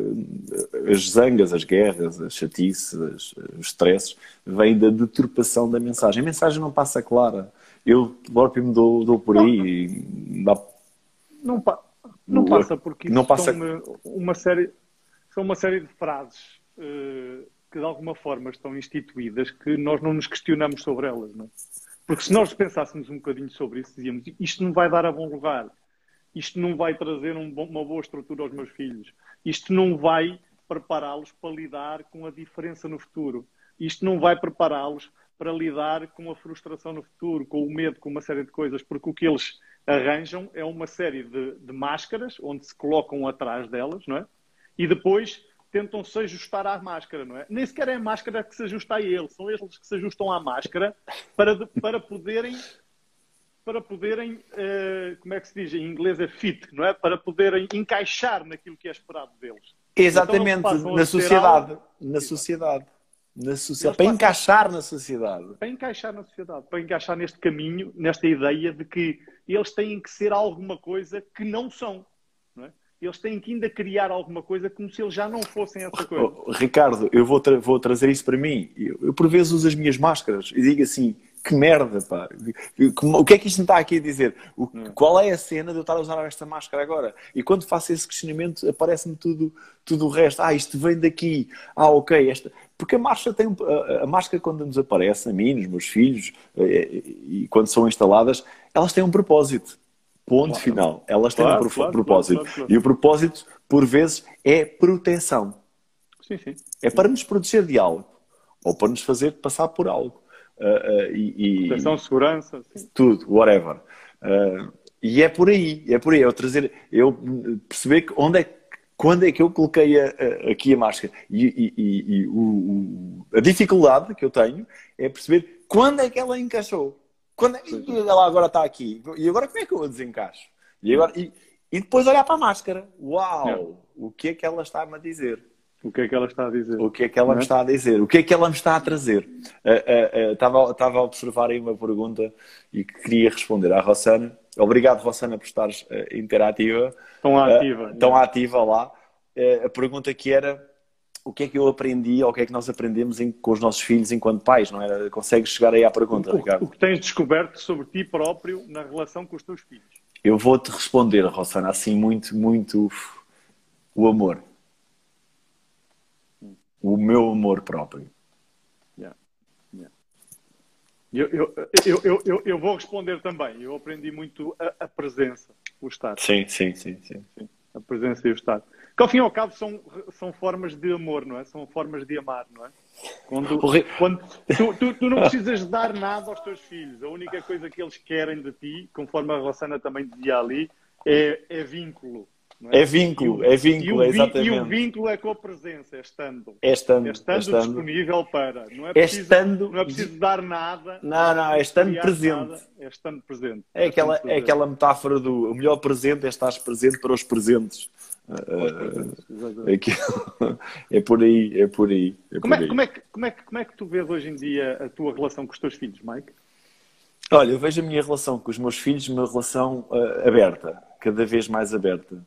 as zangas, as guerras, as chatices, os stresses vêm da deturpação da mensagem. A mensagem não passa clara. Eu próprio me dou, dou por aí e dá... não, pa não passa porque não passa... São, uma, uma série, são uma série de frases uh... que de alguma forma estão instituídas, que nós não nos questionamos sobre elas, não é? Porque se nós pensássemos um bocadinho sobre isso, dizíamos, isto não vai dar a bom lugar, isto não vai trazer um bom, uma boa estrutura aos meus filhos, isto não vai prepará-los para lidar com a diferença no futuro, isto não vai prepará-los para lidar com a frustração no futuro, com o medo, com uma série de coisas, porque o que eles arranjam é uma série de, de máscaras, onde se colocam atrás delas, não é? E depois tentam se ajustar à máscara, não é? Nem sequer é a máscara que se ajusta a ele, são eles que se ajustam à máscara para, de, para poderem, para poderem uh, como é que se diz? Em inglês é fit, não é? Para poderem encaixar naquilo que é esperado deles. Exatamente, então, na sociedade. Algo... Na sociedade. Na sociedade. Para encaixar na sociedade. Para encaixar na sociedade. Para encaixar neste caminho, nesta ideia de que eles têm que ser alguma coisa que não são, não é? Eles têm que ainda criar alguma coisa como se eles já não fossem essa coisa. Oh, Ricardo, eu vou, tra vou trazer isso para mim. Eu, eu, por vezes, uso as minhas máscaras e digo assim, que merda, pá. O que é que isto me está aqui a dizer? O, qual é a cena de eu estar a usar esta máscara agora? E quando faço esse questionamento, aparece-me tudo, tudo o resto. Ah, isto vem daqui. Ah, ok. Esta... Porque a máscara, tem, a, a máscara quando nos aparece, a mim, nos meus filhos, e, e quando são instaladas, elas têm um propósito. Ponto claro. Final. Elas têm claro, um claro, propósito. Claro, claro, claro. E o propósito, por vezes, é proteção. Sim, sim. É para nos proteger de algo. Ou para nos fazer passar por algo. Uh, uh, e, e, Proteção, segurança. Sim. Tudo, whatever. Uh, e é por aí. É por aí. Eu, trazer, eu perceber que onde é, quando é que eu coloquei a, a, aqui a máscara. E, e, e, e o, o, a dificuldade que eu tenho é perceber quando é que ela encaixou. Quando é que ela agora está aqui? E agora como é que eu a desencaixo? E, agora, e, e depois olhar para a máscara. Uau! É. O que é que ela está-me a dizer? O que é que ela está a dizer? O que é que ela é? me está a dizer? O que é que ela me está a trazer? Uh, uh, uh, estava, estava a observar aí uma pergunta e que queria responder à Rossana. Obrigado, Rossana, por estares uh, interativa. Tão ativa. Uh, tão ativa lá. Uh, a pergunta que era... O que é que eu aprendi ou o que é que nós aprendemos em, com os nossos filhos enquanto pais, não é? Consegues chegar aí à pergunta, o, Ricardo? O que tens descoberto sobre ti próprio na relação com os teus filhos? Eu vou-te responder, Rossana, assim muito, muito... Uf, o amor. O meu amor próprio. Yeah. Yeah. Eu, eu, eu, eu, eu, eu vou responder também. Eu aprendi muito a, a presença, o estar. Sim, sim, sim, sim, sim. A presença e o estar. Que ao fim e ao cabo são, são formas de amor, não é? São formas de amar, não é? Quando, quando tu, tu, tu não precisas dar nada aos teus filhos. A única coisa que eles querem de ti, conforme a Rossana também dizia ali, é, é vínculo. Não é? É vínculo, o, é vínculo, e é o, exatamente. E o vínculo é com a presença, é estando. É estando, é estando, é estando disponível para. Não é é preciso, estando, não é preciso dar nada. não, não, é é estando criar presente. Nada, é estando presente. É, É, aquela, estando é presente. aquela metáfora do o melhor presente é estar presente para os presentes. Os presentes, exatamente. É, aquilo, é por aí, é por aí. É Como por é, aí. como, é que, como, é que, como é que tu vês hoje em dia a tua relação com os teus filhos, Mike? Olha, eu vejo a minha relação com os meus filhos uma relação uh, aberta, cada vez mais aberta.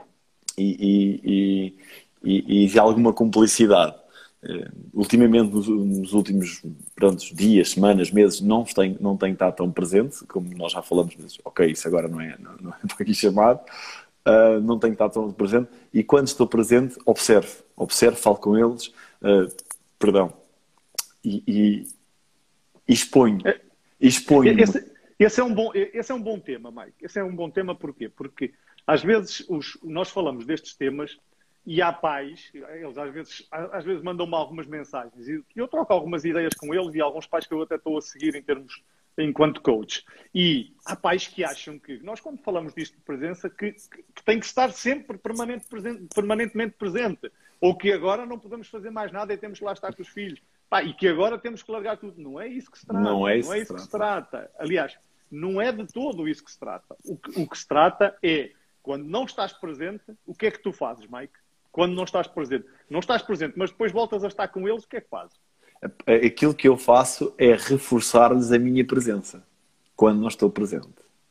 E, e, e, e de alguma cumplicidade. Uh, ultimamente, nos, nos últimos pronto, dias, semanas, meses, não tenho, não tenho estado tão presente, como nós já falamos, mas ok, isso agora não é, não, não é para aqui chamado. Uh, não tenho estado tão presente. E quando estou presente, observo. Observo, falo com eles, uh, perdão, e, e, e exponho. É. Exponho. Esse, esse, é um bom, esse é um bom tema, Mike. Esse é um bom tema porquê? Porque às vezes os, nós falamos destes temas e há pais, eles às vezes, às vezes mandam-me algumas mensagens e eu troco algumas ideias com eles e alguns pais que eu até estou a seguir em termos enquanto coach. E há pais que acham que nós, quando falamos disto de presença, que, que, que tem que estar sempre permanente presente, permanentemente presente. Ou que agora não podemos fazer mais nada e temos que lá estar com os filhos. Pá, e que agora temos que largar tudo. Não é isso que se trata. Não é isso, não é isso que se trata. Aliás, não é de todo isso que se trata. O que, o que se trata é, quando não estás presente, o que é que tu fazes, Mike? Quando não estás presente. Não estás presente, mas depois voltas a estar com eles, o que é que fazes? Aquilo que eu faço é reforçar-lhes a minha presença, quando não estou presente.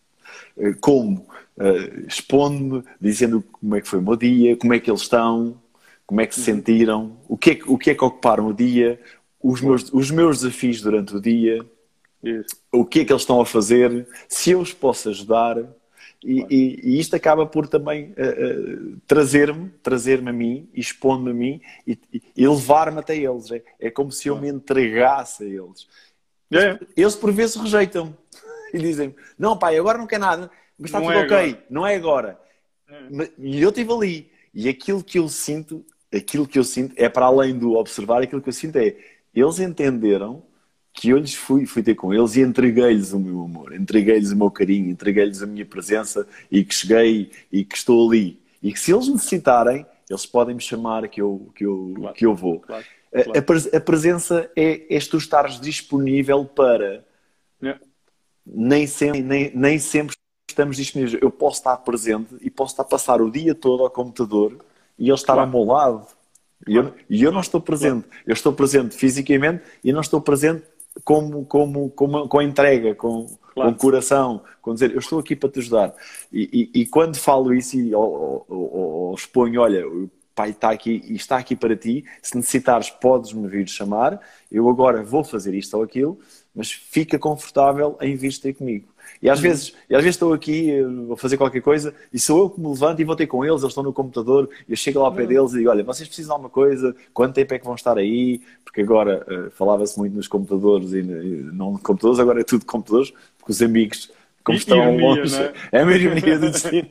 Como? Uh, expondo-me, dizendo como é que foi o meu dia, como é que eles estão, como é que se sentiram, o que é que, o que, é que ocuparam o dia, os meus, os meus desafios durante o dia, Isso. o que é que eles estão a fazer, se eu os posso ajudar. E, Claro. e, e isto acaba por também uh, uh, trazer-me, trazer-me a mim, expondo-me a mim e, e, e levar-me até eles. É, é como se eu me entregasse a eles. É. Eles, eles por vezes rejeitam-me e dizem: não pai, agora não quer nada, mas está Não tudo é ok, agora. não é agora. É. E eu estive ali. E aquilo que eu sinto, aquilo que eu sinto é para além do observar, aquilo que eu sinto é, eles entenderam que eu lhes fui, fui ter com eles e entreguei-lhes o meu amor, entreguei-lhes o meu carinho, entreguei-lhes a minha presença e que cheguei e que estou ali. E que se eles necessitarem, eles podem me chamar que eu, que eu, Claro. que eu vou. Claro. A, Claro. a, pres- a presença é, és tu estares disponível para... É. Nem sempre, nem, nem sempre estamos disponíveis. Eu posso estar presente e posso estar a passar o dia todo ao computador e ele estar Claro. ao meu lado. E eu, e eu não estou presente. Claro. Eu estou presente fisicamente e não estou presente como, como, como, com a entrega, com, Claro. com o coração, com dizer, eu estou aqui para te ajudar. E, e, e quando falo isso e ou, ou, ou exponho, olha, o pai está aqui e está aqui para ti, se necessitares podes-me vir chamar, eu agora vou fazer isto ou aquilo, mas fica confortável em vir ter comigo. E às, vezes, e às vezes estou aqui a fazer qualquer coisa e sou eu que me levanto e vou ter com eles, eles estão no computador, eu chego lá ao pé deles e digo, olha, vocês precisam de alguma coisa, quanto tempo é que vão estar aí? Porque agora uh, falava-se muito nos computadores e, e não computadores, agora é tudo computadores, porque os amigos, como estão Ironia, longe, não é? é uma ironia do destino.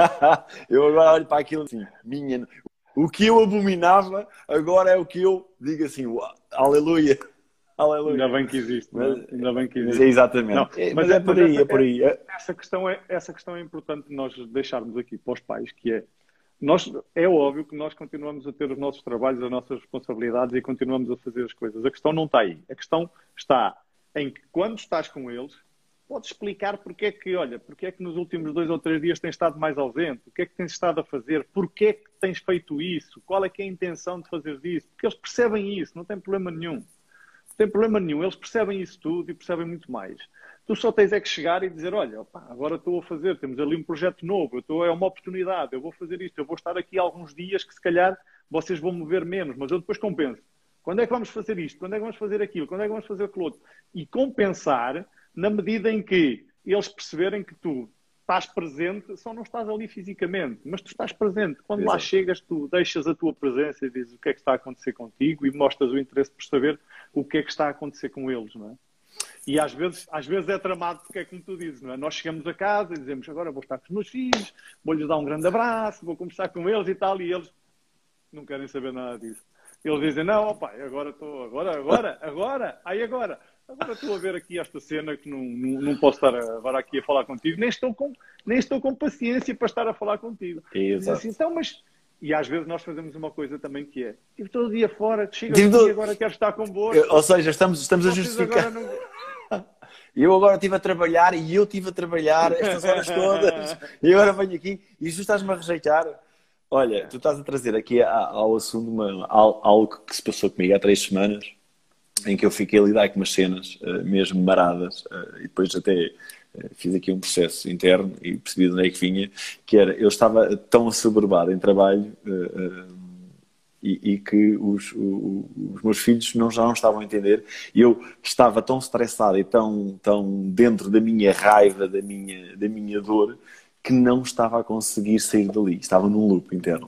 Eu agora olho para aquilo assim, minha... O que eu abominava, agora é o que eu digo assim, uau, aleluia. Aleluia. Ainda bem que existe. Mas, não é? Ainda bem que mas existe. é exatamente. Não, É, mas mas é é- por mas aí, essa- é por aí. É- Essa questão é, essa questão é importante nós deixarmos aqui para os pais, que é, nós, é óbvio que nós continuamos a ter os nossos trabalhos, as nossas responsabilidades e continuamos a fazer as coisas. A questão não está aí. A questão está em que quando estás com eles, podes explicar porque é que, olha, porque é que nos últimos dois ou três dias tens estado mais ausente, o que é que tens estado a fazer, porque é que tens feito isso, qual é que é a intenção de fazer isso, porque eles percebem isso, não tem problema nenhum. Não tem problema nenhum, eles percebem isso tudo e percebem muito mais. Tu só tens é que chegar e dizer, olha, opa, agora estou a fazer, temos ali um projeto novo, eu estou, é uma oportunidade, eu vou fazer isto, eu vou estar aqui alguns dias que se calhar vocês vão me ver menos, mas eu depois compenso. Quando é que vamos fazer isto? Quando é que vamos fazer aquilo? Quando é que vamos fazer aquilo outro? E compensar na medida em que eles perceberem que tu estás presente, só não estás ali fisicamente, mas tu estás presente. Quando lá Exato. chegas, tu deixas a tua presença e dizes o que é que está a acontecer contigo e mostras o interesse por saber o que é que está a acontecer com eles, não é? E às vezes, às vezes é tramado porque é como tu dizes, não é? Nós chegamos a casa e dizemos agora vou estar com os meus filhos, vou-lhes dar um grande abraço, vou conversar com eles e tal, e eles não querem saber nada disso. Eles dizem, não, ó pai, agora estou, agora, agora, agora, aí agora. Agora estou a ver aqui esta cena que não, não, não posso estar agora aqui a falar contigo, nem estou com, nem estou com paciência para estar a falar contigo. Diz assim, então, mas... E às vezes nós fazemos uma coisa também que é, estive todo o dia fora, chega aqui do... e agora quero estar convosco. Ou seja, estamos, estamos a justificar. Não... Eu agora estive a trabalhar e eu estive a trabalhar estas horas todas e agora venho aqui e tu estás-me a rejeitar. Olha, tu estás a trazer aqui ao assunto uma, algo que se passou comigo há três semanas, em que eu fiquei a lidar com umas cenas uh, mesmo maradas uh, e depois até uh, fiz aqui um processo interno e percebi de onde é que vinha, que era, eu estava tão assoberbado em trabalho uh, uh, e, e que os, o, os meus filhos não, já não estavam a entender, e eu estava tão estressado e tão, tão dentro da minha raiva, da minha, da minha dor, que não estava a conseguir sair dali, estava num loop interno.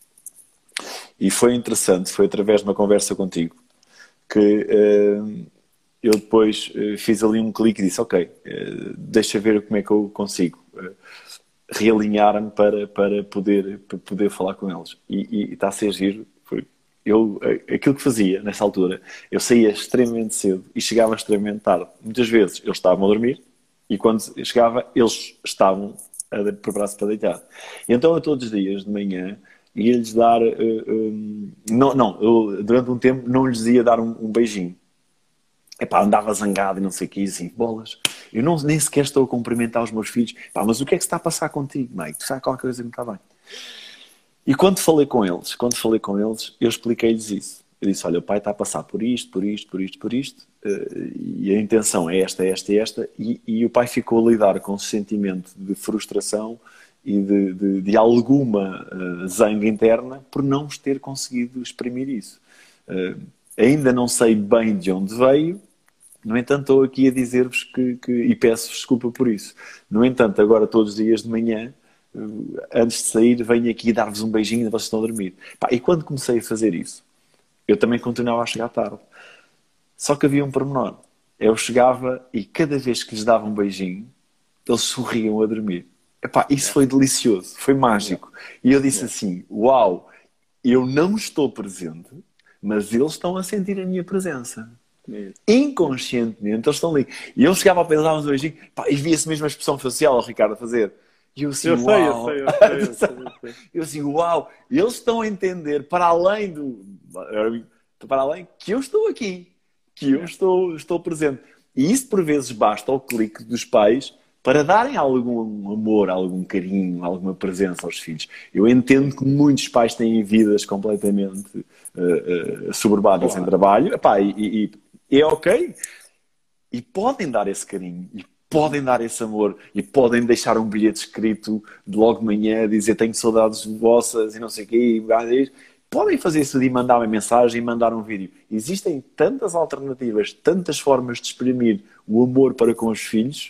E foi interessante, foi através de uma conversa contigo, que uh, eu depois uh, fiz ali um clique e disse, ok, uh, deixa ver como é que eu consigo uh, realinhar-me para, para, poder, para poder falar com eles. E, e está a ser giro. Foi, eu, aquilo que fazia nessa altura, eu saía extremamente cedo e chegava extremamente tarde. Muitas vezes eles estavam a dormir e quando eu chegava eles estavam a preparar-se para deitar. E então eu todos os dias de manhã ia-lhes dar... Uh, um, não, não eu, durante um tempo não lhes ia dar um, um beijinho. Epá, andava zangado e não sei o que, assim, bolas. Eu não, nem sequer estou a cumprimentar os meus filhos. Epá, mas o que é que se está a passar contigo, Mike? Tu sabes qualquer coisa que não está bem. E quando falei com eles, quando falei com eles, eu expliquei-lhes isso. Eu disse, olha, o pai está a passar por isto, por isto, por isto, por isto, uh, e a intenção é esta, esta e esta, e, e o pai ficou a lidar com o sentimento de frustração e de, de, de alguma uh, zanga interna por não ter conseguido exprimir isso. Uh, ainda não sei bem de onde veio, no entanto estou aqui a dizer-vos que, que, e peço desculpa por isso. No entanto, agora todos os dias de manhã, uh, antes de sair, venho aqui dar-vos um beijinho e vocês estão a dormir. Pá, e quando comecei a fazer isso, eu também continuava a chegar tarde. Só que havia um pormenor. Eu chegava e cada vez que lhes dava um beijinho, eles sorriam a dormir. Epá, isso foi delicioso, foi mágico. E eu disse assim, uau, eu não estou presente, mas eles estão a sentir a minha presença. Inconscientemente, eles estão ali. E eu chegava a pensar uns beijinhos, pá, e via-se mesmo a expressão facial ao Ricardo a fazer. E eu assim, eu uau. Sei, eu sei, eu sei, eu sei, eu sei. Eu assim, uau, eles estão a entender, para além do... para além, que eu estou aqui, que eu estou, estou presente. E isso por vezes basta ao clique dos pais para darem algum amor, algum carinho, alguma presença aos filhos. Eu entendo que muitos pais têm vidas completamente uh, uh, soberbadas claro. Em trabalho, epá, e, e, e é ok. E podem dar esse carinho, e podem dar esse amor, e podem deixar um bilhete escrito de logo de manhã, a dizer tenho saudades vossas e não sei o quê, e podem fazer isso de mandar uma mensagem e mandar um vídeo. Existem tantas alternativas, tantas formas de exprimir o amor para com os filhos,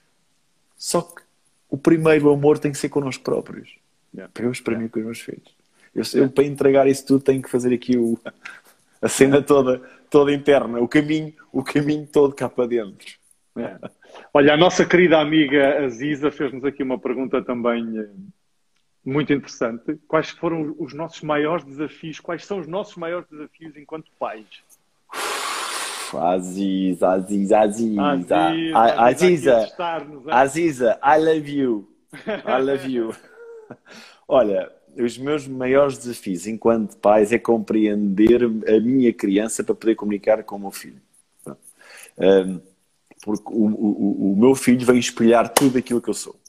só que o primeiro amor tem que ser connosco próprios. Yeah. Para eu exprimir yeah. com os meus filhos. Eu, eu, para entregar isso tudo, tenho que fazer aqui o, a cena toda, toda interna, o caminho, o caminho todo cá para dentro. Yeah. Olha, a nossa querida amiga Aziza fez-nos aqui uma pergunta também muito interessante. Quais foram os nossos maiores desafios? Quais são os nossos maiores desafios enquanto pais? Aziza, Aziza, Aziza, Aziza, Aziza, I love you, I love you. Olha, os meus maiores desafios enquanto pais é compreender a minha criança para poder comunicar com o meu filho. Porque o, o, o meu filho vem espelhar tudo aquilo que eu sou.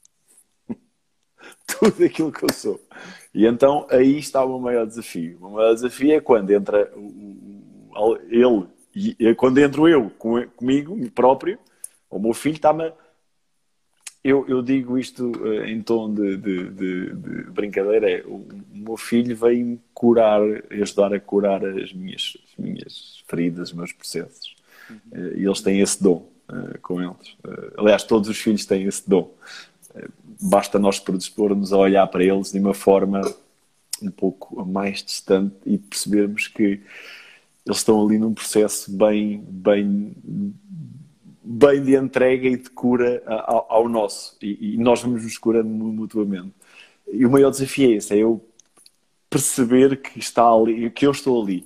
Tudo aquilo que eu sou. E então aí está o meu maior desafio. O meu maior desafio é quando entra o, o, ele e quando entro eu com, comigo próprio, o meu filho está-me... Eu, eu digo isto uh, em tom de, de, de, de brincadeira, é, o, o meu filho veio-me curar, ajudar a curar as minhas, as minhas feridas, os meus processos. Uhum. Uh, e eles têm esse dom uh, com eles. Uh, aliás, todos os filhos têm esse dom. Uh, basta nós predispormos a olhar para eles de uma forma um pouco mais distante e percebermos que eles estão ali num processo bem, bem, bem de entrega e de cura ao, ao nosso. E, e nós vamos nos curando mutuamente. E o maior desafio é esse, é eu perceber que está ali, que eu estou ali.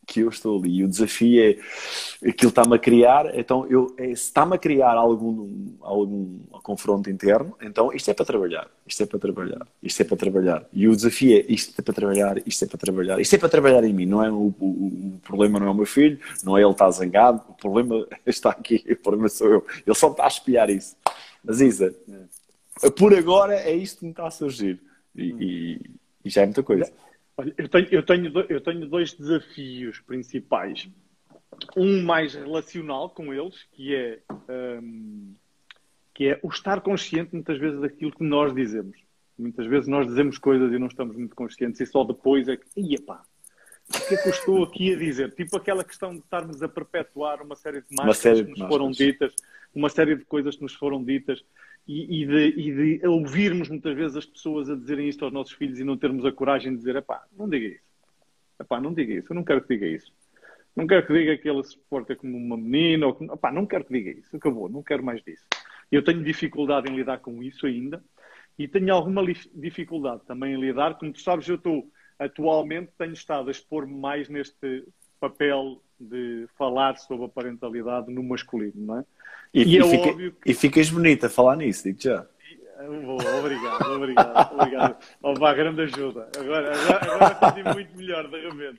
que eu estou ali. E o desafio é, aquilo está-me a criar, então eu, é, se está-me a criar algum, algum confronto interno, então isto é para trabalhar, isto é para trabalhar, isto é para trabalhar. E o desafio é, isto é para trabalhar, isto é para trabalhar, isto é para trabalhar em mim, não é o, o, o problema não é o meu filho, não é ele estar zangado, o problema está aqui, o problema sou eu. Ele só está a espelhar isso. Mas Isa, por agora é isto que me está a surgir. E, e, e já é muita coisa. Olha, eu tenho, eu, tenho, eu tenho dois desafios principais. Um mais relacional com eles, que é, um, que é o estar consciente muitas vezes daquilo que nós dizemos. Muitas vezes nós dizemos coisas e não estamos muito conscientes e só depois é que, ia pá, o que é que eu estou aqui a dizer? Tipo aquela questão de estarmos a perpetuar uma série de máscaras que nos foram ditas, uma série de coisas que nos foram ditas. E, e, de, e de ouvirmos muitas vezes as pessoas a dizerem isto aos nossos filhos e não termos a coragem de dizer, epá, não diga isso. Epá, não diga isso. Eu não quero que diga isso. Não quero que diga que ele se porta como uma menina. Ou que... Epá, não quero que diga isso. Acabou. Não quero mais disso. Eu tenho dificuldade em lidar com isso ainda. E tenho alguma dificuldade também em lidar. Como tu sabes, eu estou, atualmente, tenho estado a expor-me mais neste papel de falar sobre a parentalidade no masculino, não é? E, e, e, é fica, óbvio que... e ficas bonita a falar nisso, digo já. Boa, obrigado, obrigado, obrigado. Oh, vá, grande ajuda. Agora, agora, agora senti muito melhor, de repente.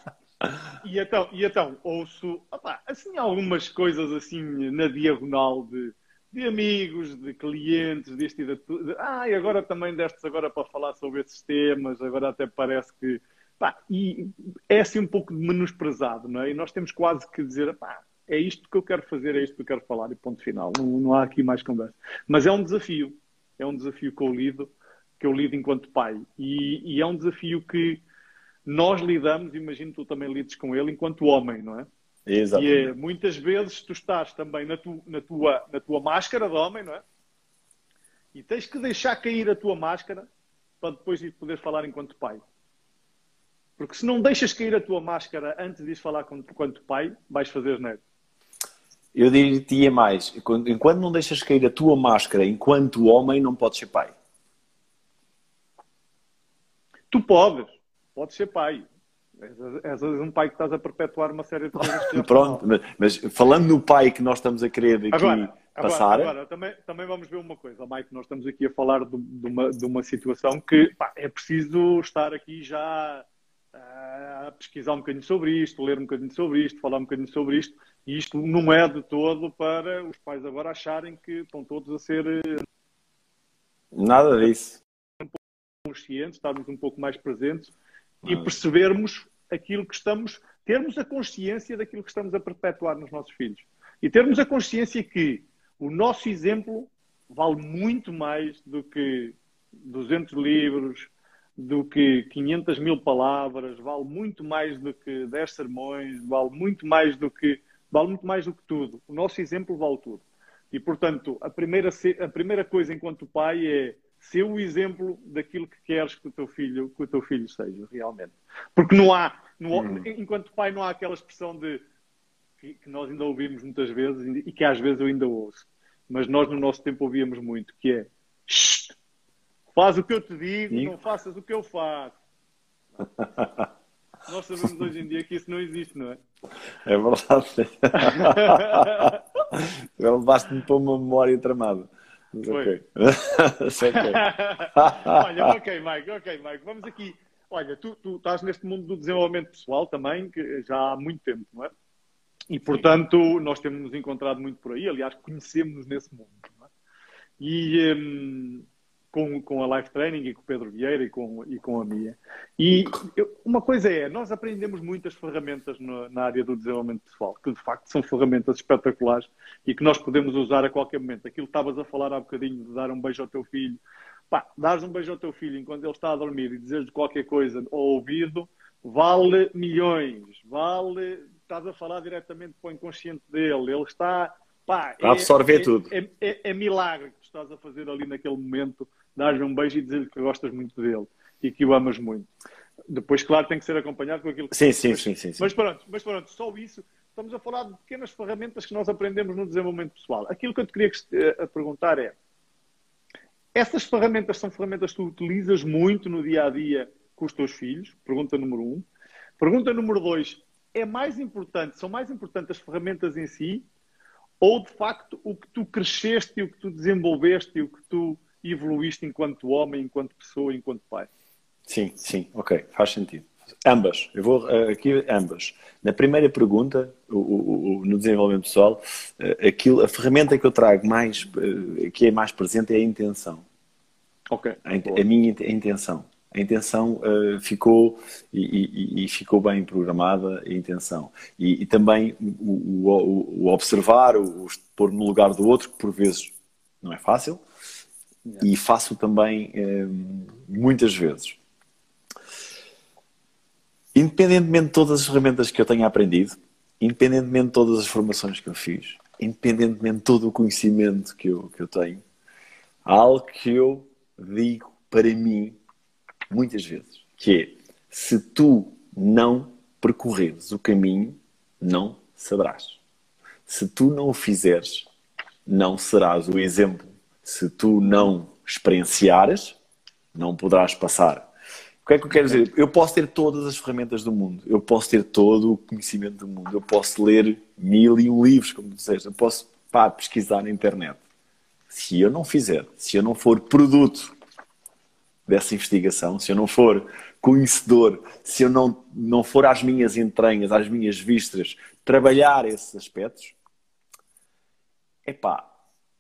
E então, e então ouço, opá, assim, algumas coisas assim na diagonal de, de amigos, de clientes, disto e daquilo. De, ah, e agora também destes agora para falar sobre esses temas, agora até parece que... Pá, e é assim um pouco menosprezado, não é? E nós temos quase que dizer, pá, é isto que eu quero fazer, é isto que eu quero falar e ponto final. Não, não há aqui mais conversa. Mas é um desafio. É um desafio que eu lido, que eu lido enquanto pai. E, e é um desafio que nós lidamos, imagino que tu também lides com ele, enquanto homem, não é? Exatamente. E é, muitas vezes tu estás também na, tu, na, tua, na tua máscara de homem, não é? E tens que deixar cair a tua máscara para depois ir poder falar enquanto pai. Porque se não deixas cair a tua máscara antes de ir falar enquanto pai, vais fazer asneira. Eu diria mais, enquanto não deixas cair a tua máscara enquanto homem, não podes ser pai. Tu podes, podes ser pai. És, és um pai que estás a perpetuar uma série de coisas que já Pronto, mas, mas falando no pai que nós estamos a querer aqui agora, passar... Agora, agora também, também vamos ver uma coisa, Mike, nós estamos aqui a falar de, de, uma, de uma situação que pá, é preciso estar aqui já a pesquisar um bocadinho sobre isto, ler um bocadinho sobre isto, falar um bocadinho sobre isto, e isto não é de todo para os pais agora acharem que estão todos a ser... Nada disso. Conscientes, estarmos um pouco mais presentes e percebermos aquilo que estamos, termos a consciência daquilo que estamos a perpetuar nos nossos filhos. E termos a consciência que o nosso exemplo vale muito mais do que duzentos livros, do que quinhentas mil palavras, vale muito mais do que dez sermões, vale muito mais do que, vale muito mais do que tudo. O nosso exemplo vale tudo. E, portanto, a primeira, a primeira coisa enquanto pai é ser o exemplo daquilo que queres que o teu filho, que o teu filho seja, realmente. Porque não há, não, hum. enquanto pai, não há aquela expressão de que, que nós ainda ouvimos muitas vezes e que às vezes eu ainda ouço. Mas nós, no nosso tempo, ouvíamos muito, que é faz o que eu te digo, Sim. não faças o que eu faço. Nós sabemos hoje em dia que isso não existe, não é? É verdade. Eu levaste-me para uma memória tramada. Mas Foi. Okay. okay. Olha, ok, Mike, ok, Mike. Vamos aqui. Olha, tu, tu estás neste mundo do desenvolvimento pessoal também, que já há muito tempo, não é? E, portanto, nós temos nos encontrado muito por aí. Aliás, conhecemos-nos nesse mundo, não é? E... Hum, Com, com a Life Training e com o Pedro Vieira e com, e com a Mia. E eu, uma coisa é, nós aprendemos muitas ferramentas no, na área do desenvolvimento pessoal, que de facto são ferramentas espetaculares e que nós podemos usar a qualquer momento. Aquilo que estavas a falar há bocadinho, de dar um beijo ao teu filho. Pá, dares um beijo ao teu filho enquanto ele está a dormir e dizer-lhe qualquer coisa ao ouvido, vale milhões. Vale, estás a falar diretamente para o inconsciente dele. Ele está... Pá, é, absorver é, tudo. É, é, é milagre que estás a fazer ali naquele momento, dar-lhe um beijo e dizer-lhe que gostas muito dele e que o amas muito. Depois, claro, tem que ser acompanhado com aquilo que... Sim, sim, mas, sim, sim, sim. Mas pronto, mas pronto, só isso. Estamos a falar de pequenas ferramentas que nós aprendemos no desenvolvimento pessoal. Aquilo que eu te queria uh, perguntar é, essas ferramentas são ferramentas que tu utilizas muito no dia-a-dia com os teus filhos? Pergunta número um. Pergunta número dois. é mais importante, são mais importantes as ferramentas em si ou, de facto, o que tu cresceste e o que tu desenvolveste e o que tu evoluíste enquanto homem, enquanto pessoa, enquanto pai? Sim, sim, ok, faz sentido. Ambas, eu vou uh, aqui ambas. Na primeira pergunta, o, o, o, no desenvolvimento pessoal, uh, aquilo, a ferramenta que eu trago mais, uh, que é mais presente é a intenção. Ok. A, a minha a intenção. A intenção uh, ficou e, e, e ficou bem programada, a intenção. E, e também o, o, o observar, o, o pôr no lugar do outro, que por vezes não é fácil, yeah. E faço também uh, muitas vezes. Independentemente de todas as ferramentas que eu tenha aprendido, independentemente de todas as formações que eu fiz, independentemente de todo o conhecimento que eu, que eu tenho, há algo que eu digo para mim muitas vezes, que é, se tu não percorreres o caminho, não saberás. Se tu não o fizeres, não serás o exemplo. Se tu não experienciares, não poderás passar. O que é que eu quero dizer? Eu posso ter todas as ferramentas do mundo, eu posso ter todo o conhecimento do mundo, eu posso ler mil e um livros, como tu disseste, eu posso pá, pesquisar na internet. Se eu não fizer, se eu não for produto dessa investigação, se eu não for conhecedor, se eu não, não for às minhas entranhas, às minhas vísceras, trabalhar esses aspectos, epá,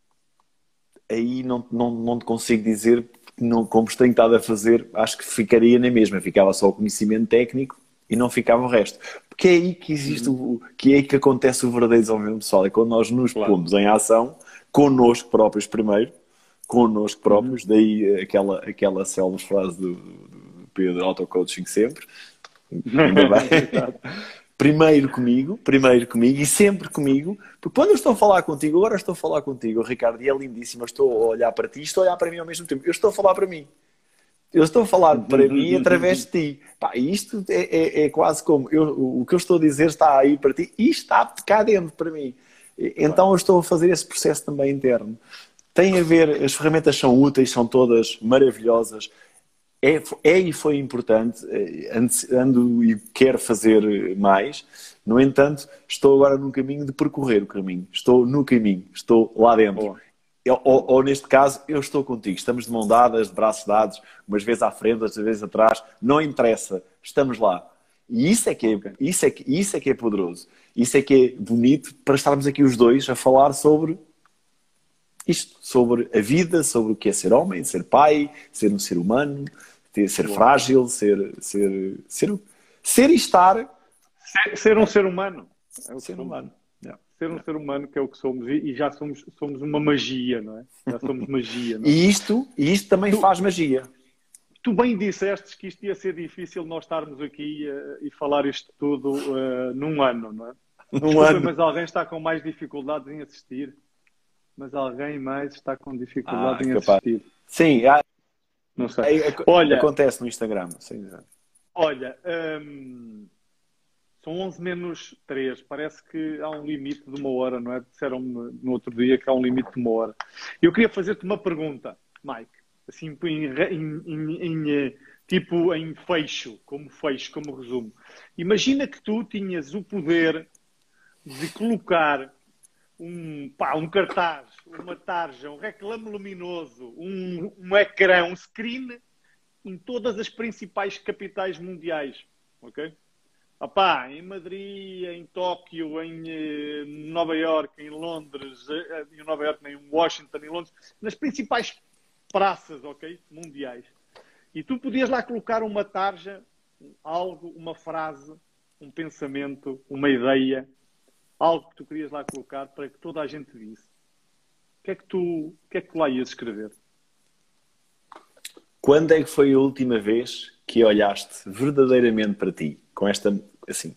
aí não, não, não te consigo dizer, não, como tenho estado a fazer, acho que ficaria na mesma, ficava só o conhecimento técnico e não ficava o resto. Porque é aí que existe, uhum. o, que é aí que acontece o verdadeiro desenvolvimento pessoal, é quando nós nos claro. pomos em ação, connosco próprios primeiro, connosco próprios, uhum. daí aquela, aquela célebre frase do, do Pedro, auto-coaching sempre, ainda bem. Primeiro comigo, primeiro comigo e sempre comigo, porque quando eu estou a falar contigo, agora estou a falar contigo, Ricardo, e é lindíssimo, eu estou a olhar para ti e estou a olhar para mim ao mesmo tempo. Eu estou a falar para mim. Eu estou a falar para mim através de ti. Pá, isto é, é, é quase como, eu, o que eu estou a dizer está aí para ti e está cá dentro para mim. Então eu estou a fazer esse processo também interno. Tem a ver, as ferramentas são úteis, são todas maravilhosas. É, é e foi importante, ando e quero fazer mais. No entanto, estou agora num caminho de percorrer o caminho. Estou no caminho, estou lá dentro. Eu, ou, ou neste caso, eu estou contigo. Estamos de mão dadas, de braços dados, umas vezes à frente, outras vezes atrás. Não interessa, estamos lá. E isso é que é, isso é, que, isso é, que é poderoso. Isso é que é bonito para estarmos aqui os dois a falar sobre isto. Sobre a vida, sobre o que é ser homem, ser pai, ser um ser humano, ter, ser Boa. frágil, ser, ser, ser, ser e estar. Ser, ser um ser humano. É um ser humano. Yeah. Ser um yeah. ser humano que é o que somos. E, e já somos, somos uma magia, não é? Já somos magia. Não é? E isto, e isto também tu, faz magia. Tu bem disseste que isto ia ser difícil nós estarmos aqui uh, e falar isto tudo uh, num ano, não é? Num Desculpa, ano. Mas alguém está com mais dificuldades em assistir. Mas alguém mais está com dificuldade ah, em capaz. assistir. Sim, há... não sei. É, olha, acontece no Instagram. Sim. Olha, hum, são onze menos três. Parece que há um limite de uma hora, não é? Disseram-me no outro dia que há um limite de uma hora. Eu queria fazer-te uma pergunta, Mike. Assim, em, em, em, em, tipo em fecho, como fecho, como resumo. Imagina que tu tinhas o poder de colocar um, pá, um cartaz, uma tarja, um reclame luminoso, um, um ecrã, um screen em todas as principais capitais mundiais, ok? Opá, em Madrid, em Tóquio, em eh, Nova Iorque, em Londres, eh, em Nova Iorque, em Washington, em Londres, nas principais praças, ok? Mundiais. E tu podias lá colocar uma tarja, algo, uma frase, um pensamento, uma ideia, algo que tu querias lá colocar para que toda a gente visse. O que é que tu, o que é que tu lá ias escrever? Quando é que foi a última vez que olhaste verdadeiramente para ti? Com esta, assim.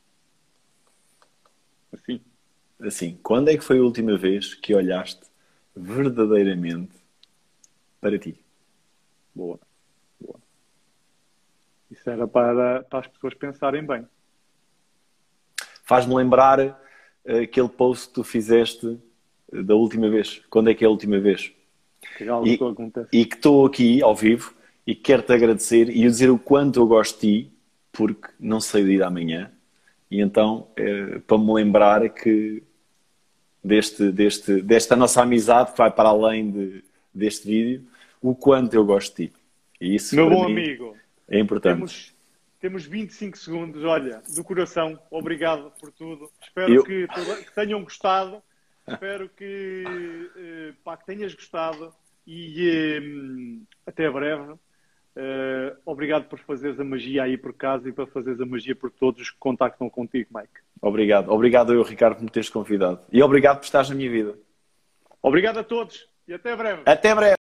Assim? Assim. Quando é que foi a última vez que olhaste verdadeiramente para ti? Boa. Boa. Isso era para, para as pessoas pensarem bem. Faz-me lembrar uh, aquele post que tu fizeste uh, da última vez. Quando é que é a última vez? Que algo e, que acontece. E que estou aqui, ao vivo, e quero-te agradecer e dizer o quanto eu gosto de ti, porque não sei o dia de amanhã, E então, é, para me lembrar que deste, deste, desta nossa amizade que vai para além de, deste vídeo, o quanto eu gosto de ti. E isso, Meu para bom mim, amigo, é importante. temos, temos vinte e cinco segundos, olha, do coração, obrigado por tudo. Espero Eu- que, que tenham gostado, espero que, eh, pá, que tenhas gostado e eh, até breve. Eh, obrigado por fazeres a magia aí por casa e por fazeres a magia por todos os que contactam contigo, Mike. Obrigado. Obrigado eu, Ricardo, por me teres convidado. E obrigado por estares na minha vida. Obrigado a todos e até breve. Até breve.